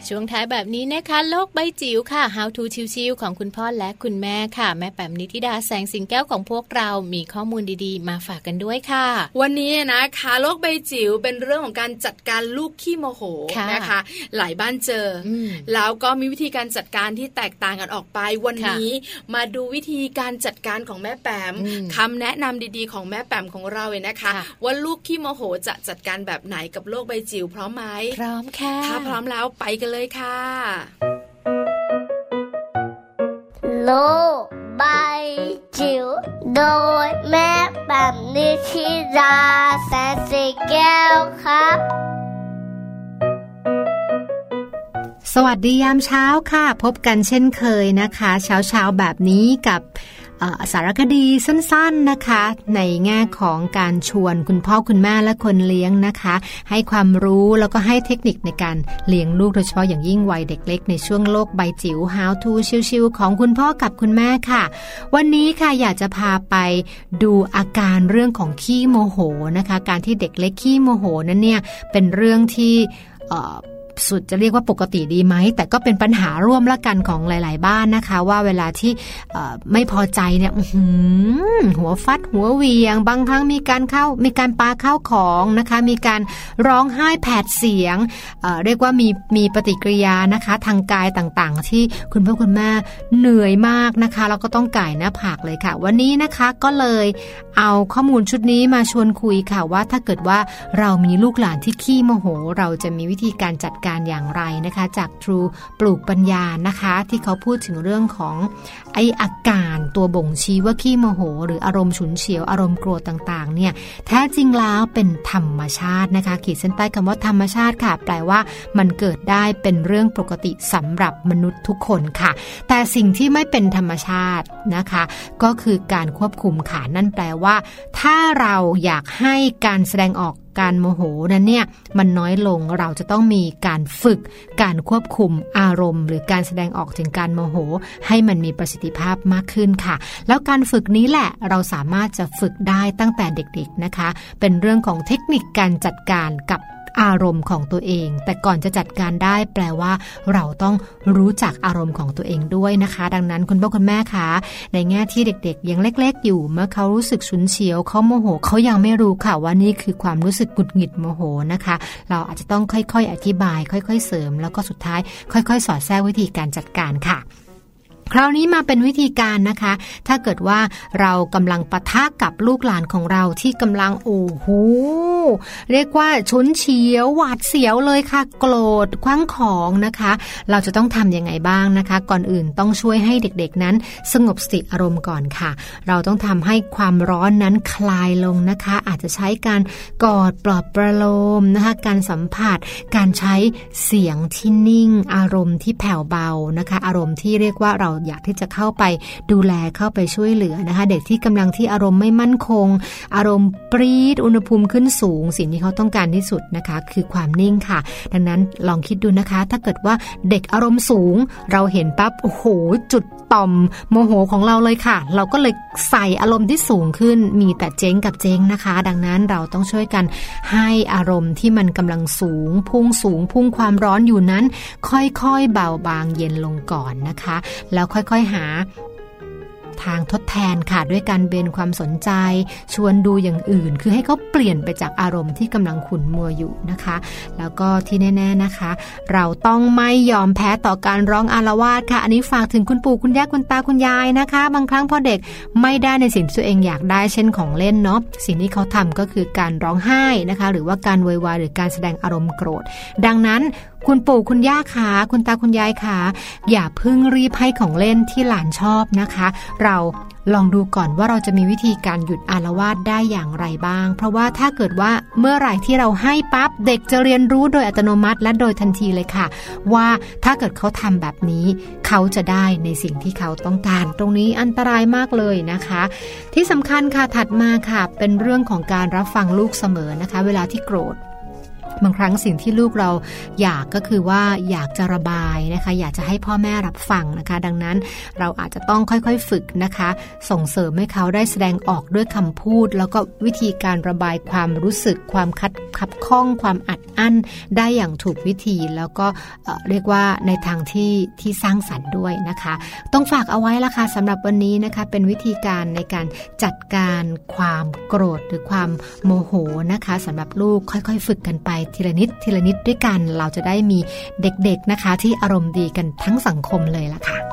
ช่วงท้ายแบบนี้นะคะโลกใบจิ๋วค่ะ How to ชิวๆของคุณพ่อและคุณแม่ค่ะแม่แป๋มนิธิดาแสงสิงแก้วของพวกเรามีข้อมูลดีๆมาฝากกันด้วยค่ะวันนี้นะคะโลกใบจิ๋วเป็นเรื่องของการจัดการลูกขี้โมโหนะคะหลายบ้านเจอแล้วก็มีวิธีการจัดการที่แตกต่างกันออกไปวันนี้มาดูวิธีการจัดการของแม่แป๋มคำแนะนำดีๆของแม่แป๋มของเราเลยนะคะว่าลูกขี้โมโหจะจัดการแบบไหนกับโลกใบจิ๋วพร้อมไหมพร้อมค่ะถ้าพร้อมแล้วไปกันเลยค่ะโลกใบจิ๋วโดยแม่แป๋มนิธิดาแสนสีแก้วครับสวัสดียามเช้าค่ะพบกันเช่นเคยนะคะเช้าๆแบบนี้กับสารคดีสั้นๆนะคะในแง่ของการชวนคุณพ่อคุณแม่และคนเลี้ยงนะคะให้ความรู้แล้วก็ให้เทคนิคในการเลี้ยงลูกโดยเฉพาะอย่างยิ่งวัยเด็กเล็กในช่วงโลกใบจิ๋ว How to ชิวๆของคุณพ่อกับคุณแม่ค่ะวันนี้ค่ะอยากจะพาไปดูอาการเรื่องของขี้โมโหนะคะการที่เด็กเล็กขี้โมโหนั้นเนี่ยเป็นเรื่องที่สุดจะเรียกว่าปกติดีไหมแต่ก็เป็นปัญหาร่วมละกันของหลายๆบ้านนะคะว่าเวลาที่ไม่พอใจเนี่ยหัวฟัดหัวเวียงบางครั้งมีการเข้ามีการปาเข้าของนะคะมีการร้องไห้แผดเสียง เอ่อ เรียกว่ามีมีปฏิกิริยานะคะทางกายต่างๆที่คุณพ่อคุณแม่เหนื่อยมากนะคะแล้วก็ต้องก่ายหน้าผากเลยค่ะวันนี้นะคะก็เลยเอาข้อมูลชุดนี้มาชวนคุยค่ะว่าถ้าเกิดว่าเรามีลูกหลานที่ขี้โมโหเราจะมีวิธีการจัดการอย่างไรนะคะจาก True ปลูกปัญญานะคะที่เขาพูดถึงเรื่องของไอ้อาการตัวบ่งชี้ว่าขี้โมโหหรืออารมณ์ฉุนเฉียวอารมณ์โกรธต่างๆเนี่ยแท้จริงแล้วเป็นธรรมชาตินะคะขีดเส้นใต้คำว่าธรรมชาติค่ะแปลว่ามันเกิดได้เป็นเรื่องปกติสำหรับมนุษย์ทุกคนค่ะแต่สิ่งที่ไม่เป็นธรรมชาตินะคะก็คือการควบคุมค่ะนั่นแปลว่าถ้าเราอยากให้การแสดงออกการโมโหนั้นเนี่ยมันน้อยลงเราจะต้องมีการฝึกการควบคุมอารมณ์หรือการแสดงออกถึงการโมโหให้มันมีประสิทธิภาพมากขึ้นค่ะแล้วการฝึกนี้แหละเราสามารถจะฝึกได้ตั้งแต่เด็กๆนะคะเป็นเรื่องของเทคนิคการจัดการกับอารมณ์ของตัวเองแต่ก่อนจะจัดการได้แปลว่าเราต้องรู้จักอารมณ์ของตัวเองด้วยนะคะดังนั้นคุณพ่อคุณแม่คะในแง่ที่เด็กๆยังเล็กๆอยู่เมื่อเขารู้สึกฉุนเฉียวเขาโมโหเขายังไม่รู้ค่ะว่านี่คือความรู้สึกหงุดหงิดโมโหนะคะเราอาจจะต้องค่อยๆอธิบายค่อยๆเสริมแล้วก็สุดท้ายค่อยๆสอดแทรกวิธีการจัดการค่ะคราวนี้มาเป็นวิธีการนะคะถ้าเกิดว่าเรากำลังปะทะกับลูกหลานของเราที่กำลังโอ้โหเรียกว่าฉุนเฉียวหวาดเสียวเลยค่ะโกรธคว้างของนะคะเราจะต้องทำยังไงบ้างนะคะก่อนอื่นต้องช่วยให้เด็กๆนั้นสงบสติอารมณ์ก่อนค่ะเราต้องทำให้ความร้อนนั้นคลายลงนะคะอาจจะใช้การกอดปลอบประโลมนะคะการสัมผัสการใช้เสียงที่นิ่งอารมณ์ที่แผ่วเบานะคะอารมณ์ที่เรียกว่าเราอยากที่จะเข้าไปดูแลเข้าไปช่วยเหลือนะคะเด็กที่กำลังที่อารมณ์ไม่มั่นคงอารมณ์ปรี๊ดอุณหภูมิขึ้นสูงสิ่งที่เขาต้องการที่สุดนะคะคือความนิ่งค่ะดังนั้นลองคิดดูนะคะถ้าเกิดว่าเด็กอารมณ์สูงเราเห็นปั๊บโอ้โหจุดต่อมโมโหของเราเลยค่ะเราก็เลยใส่อารมณ์ที่สูงขึ้นมีแต่เจ๊งกับเจ๊งนะคะดังนั้นเราต้องช่วยกันให้อารมณ์ที่มันกำลังสูงพุ่งสูงพุ่งความร้อนอยู่นั้นค่อยๆเบาบางเย็นลงก่อนนะคะแล้วค่อยๆหาทางทดแทนค่ะด้วยการเบนความสนใจชวนดูอย่างอื่นคือให้เขาเปลี่ยนไปจากอารมณ์ที่กำลังขุ่นมัวอยู่นะคะแล้วก็ที่แน่ๆนะคะเราต้องไม่ยอมแพ้ต่อการร้องอาละวาดค่ะอันนี้ฝากถึงคุณปู่คุณย่าคุณตาคุณยายนะคะบางครั้งพอเด็กไม่ได้ในสิ่งที่ตัวเองอยากได้เช่นของเล่นเนาะสิ่งที่เขาทำก็คือการร้องไห้นะคะหรือว่าการโวยวายหรือการแสดงอารมณ์โกรธดังนั้นคุณปู่คุณย่าขาคุณตาคุณยายขาอย่าเพิ่งรีบให้ของเล่นที่หลานชอบนะคะเราลองดูก่อนว่าเราจะมีวิธีการหยุดอาละวาดได้อย่างไรบ้างเพราะว่าถ้าเกิดว่าเมื่อไหร่ที่เราให้ปั๊บเด็กจะเรียนรู้โดยอัตโนมัติและโดยทันทีเลยค่ะว่าถ้าเกิดเขาทำแบบนี้เขาจะได้ในสิ่งที่เขาต้องการตรงนี้อันตรายมากเลยนะคะที่สำคัญค่ะถัดมาค่ะเป็นเรื่องของการรับฟังลูกเสมอนะคะเวลาที่โกรธบางครั้งสิ่งที่ลูกเราอยากก็คือว่าอยากจะระบายนะคะอยากจะให้พ่อแม่รับฟังนะคะดังนั้นเราอาจจะต้องค่อยๆฝึกนะคะส่งเสริมให้เขาได้แสดงออกด้วยคำพูดแล้วก็วิธีการระบายความรู้สึกความคัดขับข้องความอัดอั้นได้อย่างถูกวิธีแล้วก็เอ่อเรียกว่าในทางที่ที่สร้างสรรค์ด้วยนะคะต้องฝากเอาไว้ละค่ะสำหรับวันนี้นะคะเป็นวิธีการในการจัดการความโกรธหรือความโมโหนะคะสำหรับลูกค่อยๆฝึกกันไปทีละนิดทีละนิดด้วยกันเราจะได้มีเด็กๆนะคะที่อารมณ์ดีกันทั้งสังคมเลยล่ะค่ะ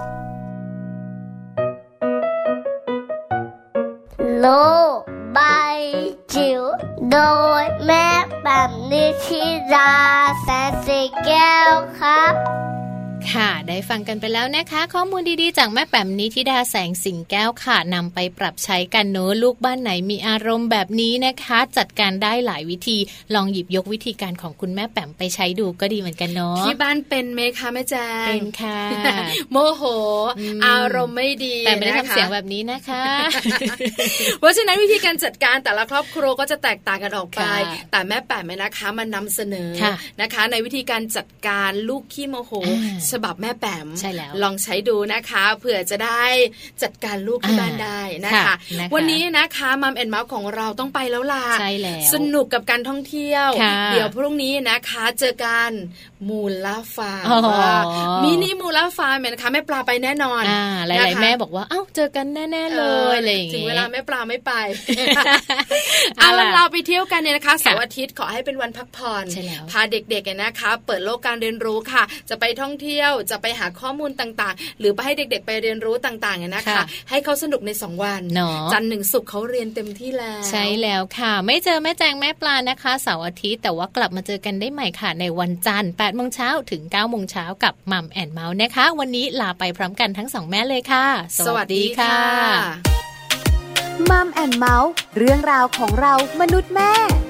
โลกใบจิ๋วโดยแม่แบบนิชิราแสนสีแก้วครับค่ะได้ฟังกันไปแล้วนะคะข้อมูลดีๆจากแม่แป๋มนิธิดาแสงสิงแก้วค่ะนำไปปรับใช้กันเนอะลูกบ้านไหนมีอารมณ์แบบนี้นะคะจัดการได้หลายวิธีลองหยิบยกวิธีการของคุณแม่แป๋มไปใช้ดูก็ดีเหมือนกันเนาะที่บ้านเป็นไหมคะแม่แจงเป็นค่ะโมโหอารมณ์ไม่ดีแต่ไม่ได้ทำเสียงแบบนี้นะคะเพราะฉะนั้นวิธีการจัดการแต่ละครอบครัวก็จะแตกต่างกันออกไปแต่แม่แป๋มนะคะมานำเสนอนะคะในวิธีการจัดการลูกขี้โมโหฉบับแม่แป๋มลองใช้ดูนะคะเผื่อจะได้จัดการลูกที่บ้านได้นะคะวันนี้นะคะมัมแอนด์เมาส์ของเราต้องไปแล้วล่ะสนุกกับการท่องเที่ยวเดี๋ยวพรุ่งนี้นะคะเจอกันมูลล่าฟ้ามินิมูลล่าฟ้าเหมือนนะคะแม่ปลาไปแน่นอนหลายๆแม่บอกว่าเอ้าเจอกันแน่ๆเลยอะไรอย่างเงี้ยถึงเวลาแม่ปลาไม่ไปเอาล่ะเราไปเที่ยวกันเนี่ยนะคะเสาร์อาทิตย์ขอให้เป็นวันพักผ่อนพาเด็กๆนะคะเปิดโลกการเรียนรู้ค่ะจะไปท่องเที่ยวจะไปหาข้อมูลต่างๆหรือไปให้เด็กๆไปเรียนรู้ต่างๆเนี่ยนะคะให้เขาสนุกในสองวันจันทร์ถึงศุกร์เขาเรียนเต็มที่แล้วใช่แล้วค่ะไม่เจอแม่แจงแม่ปลานะคะเสาร์อาทิตย์แต่ว่ากลับมาเจอกันได้ใหม่ค่ะในวันจันทร์ แปดโมง เช้าถึง เก้าโมง เช้ากับมัมแอนด์เมาส์นะคะวันนี้ลาไปพร้อมกันทั้งสองแม่เลยค่ะสวัสดีค่ะมัมแอนด์เมาส์เรื่องราวของเรามนุษย์แม่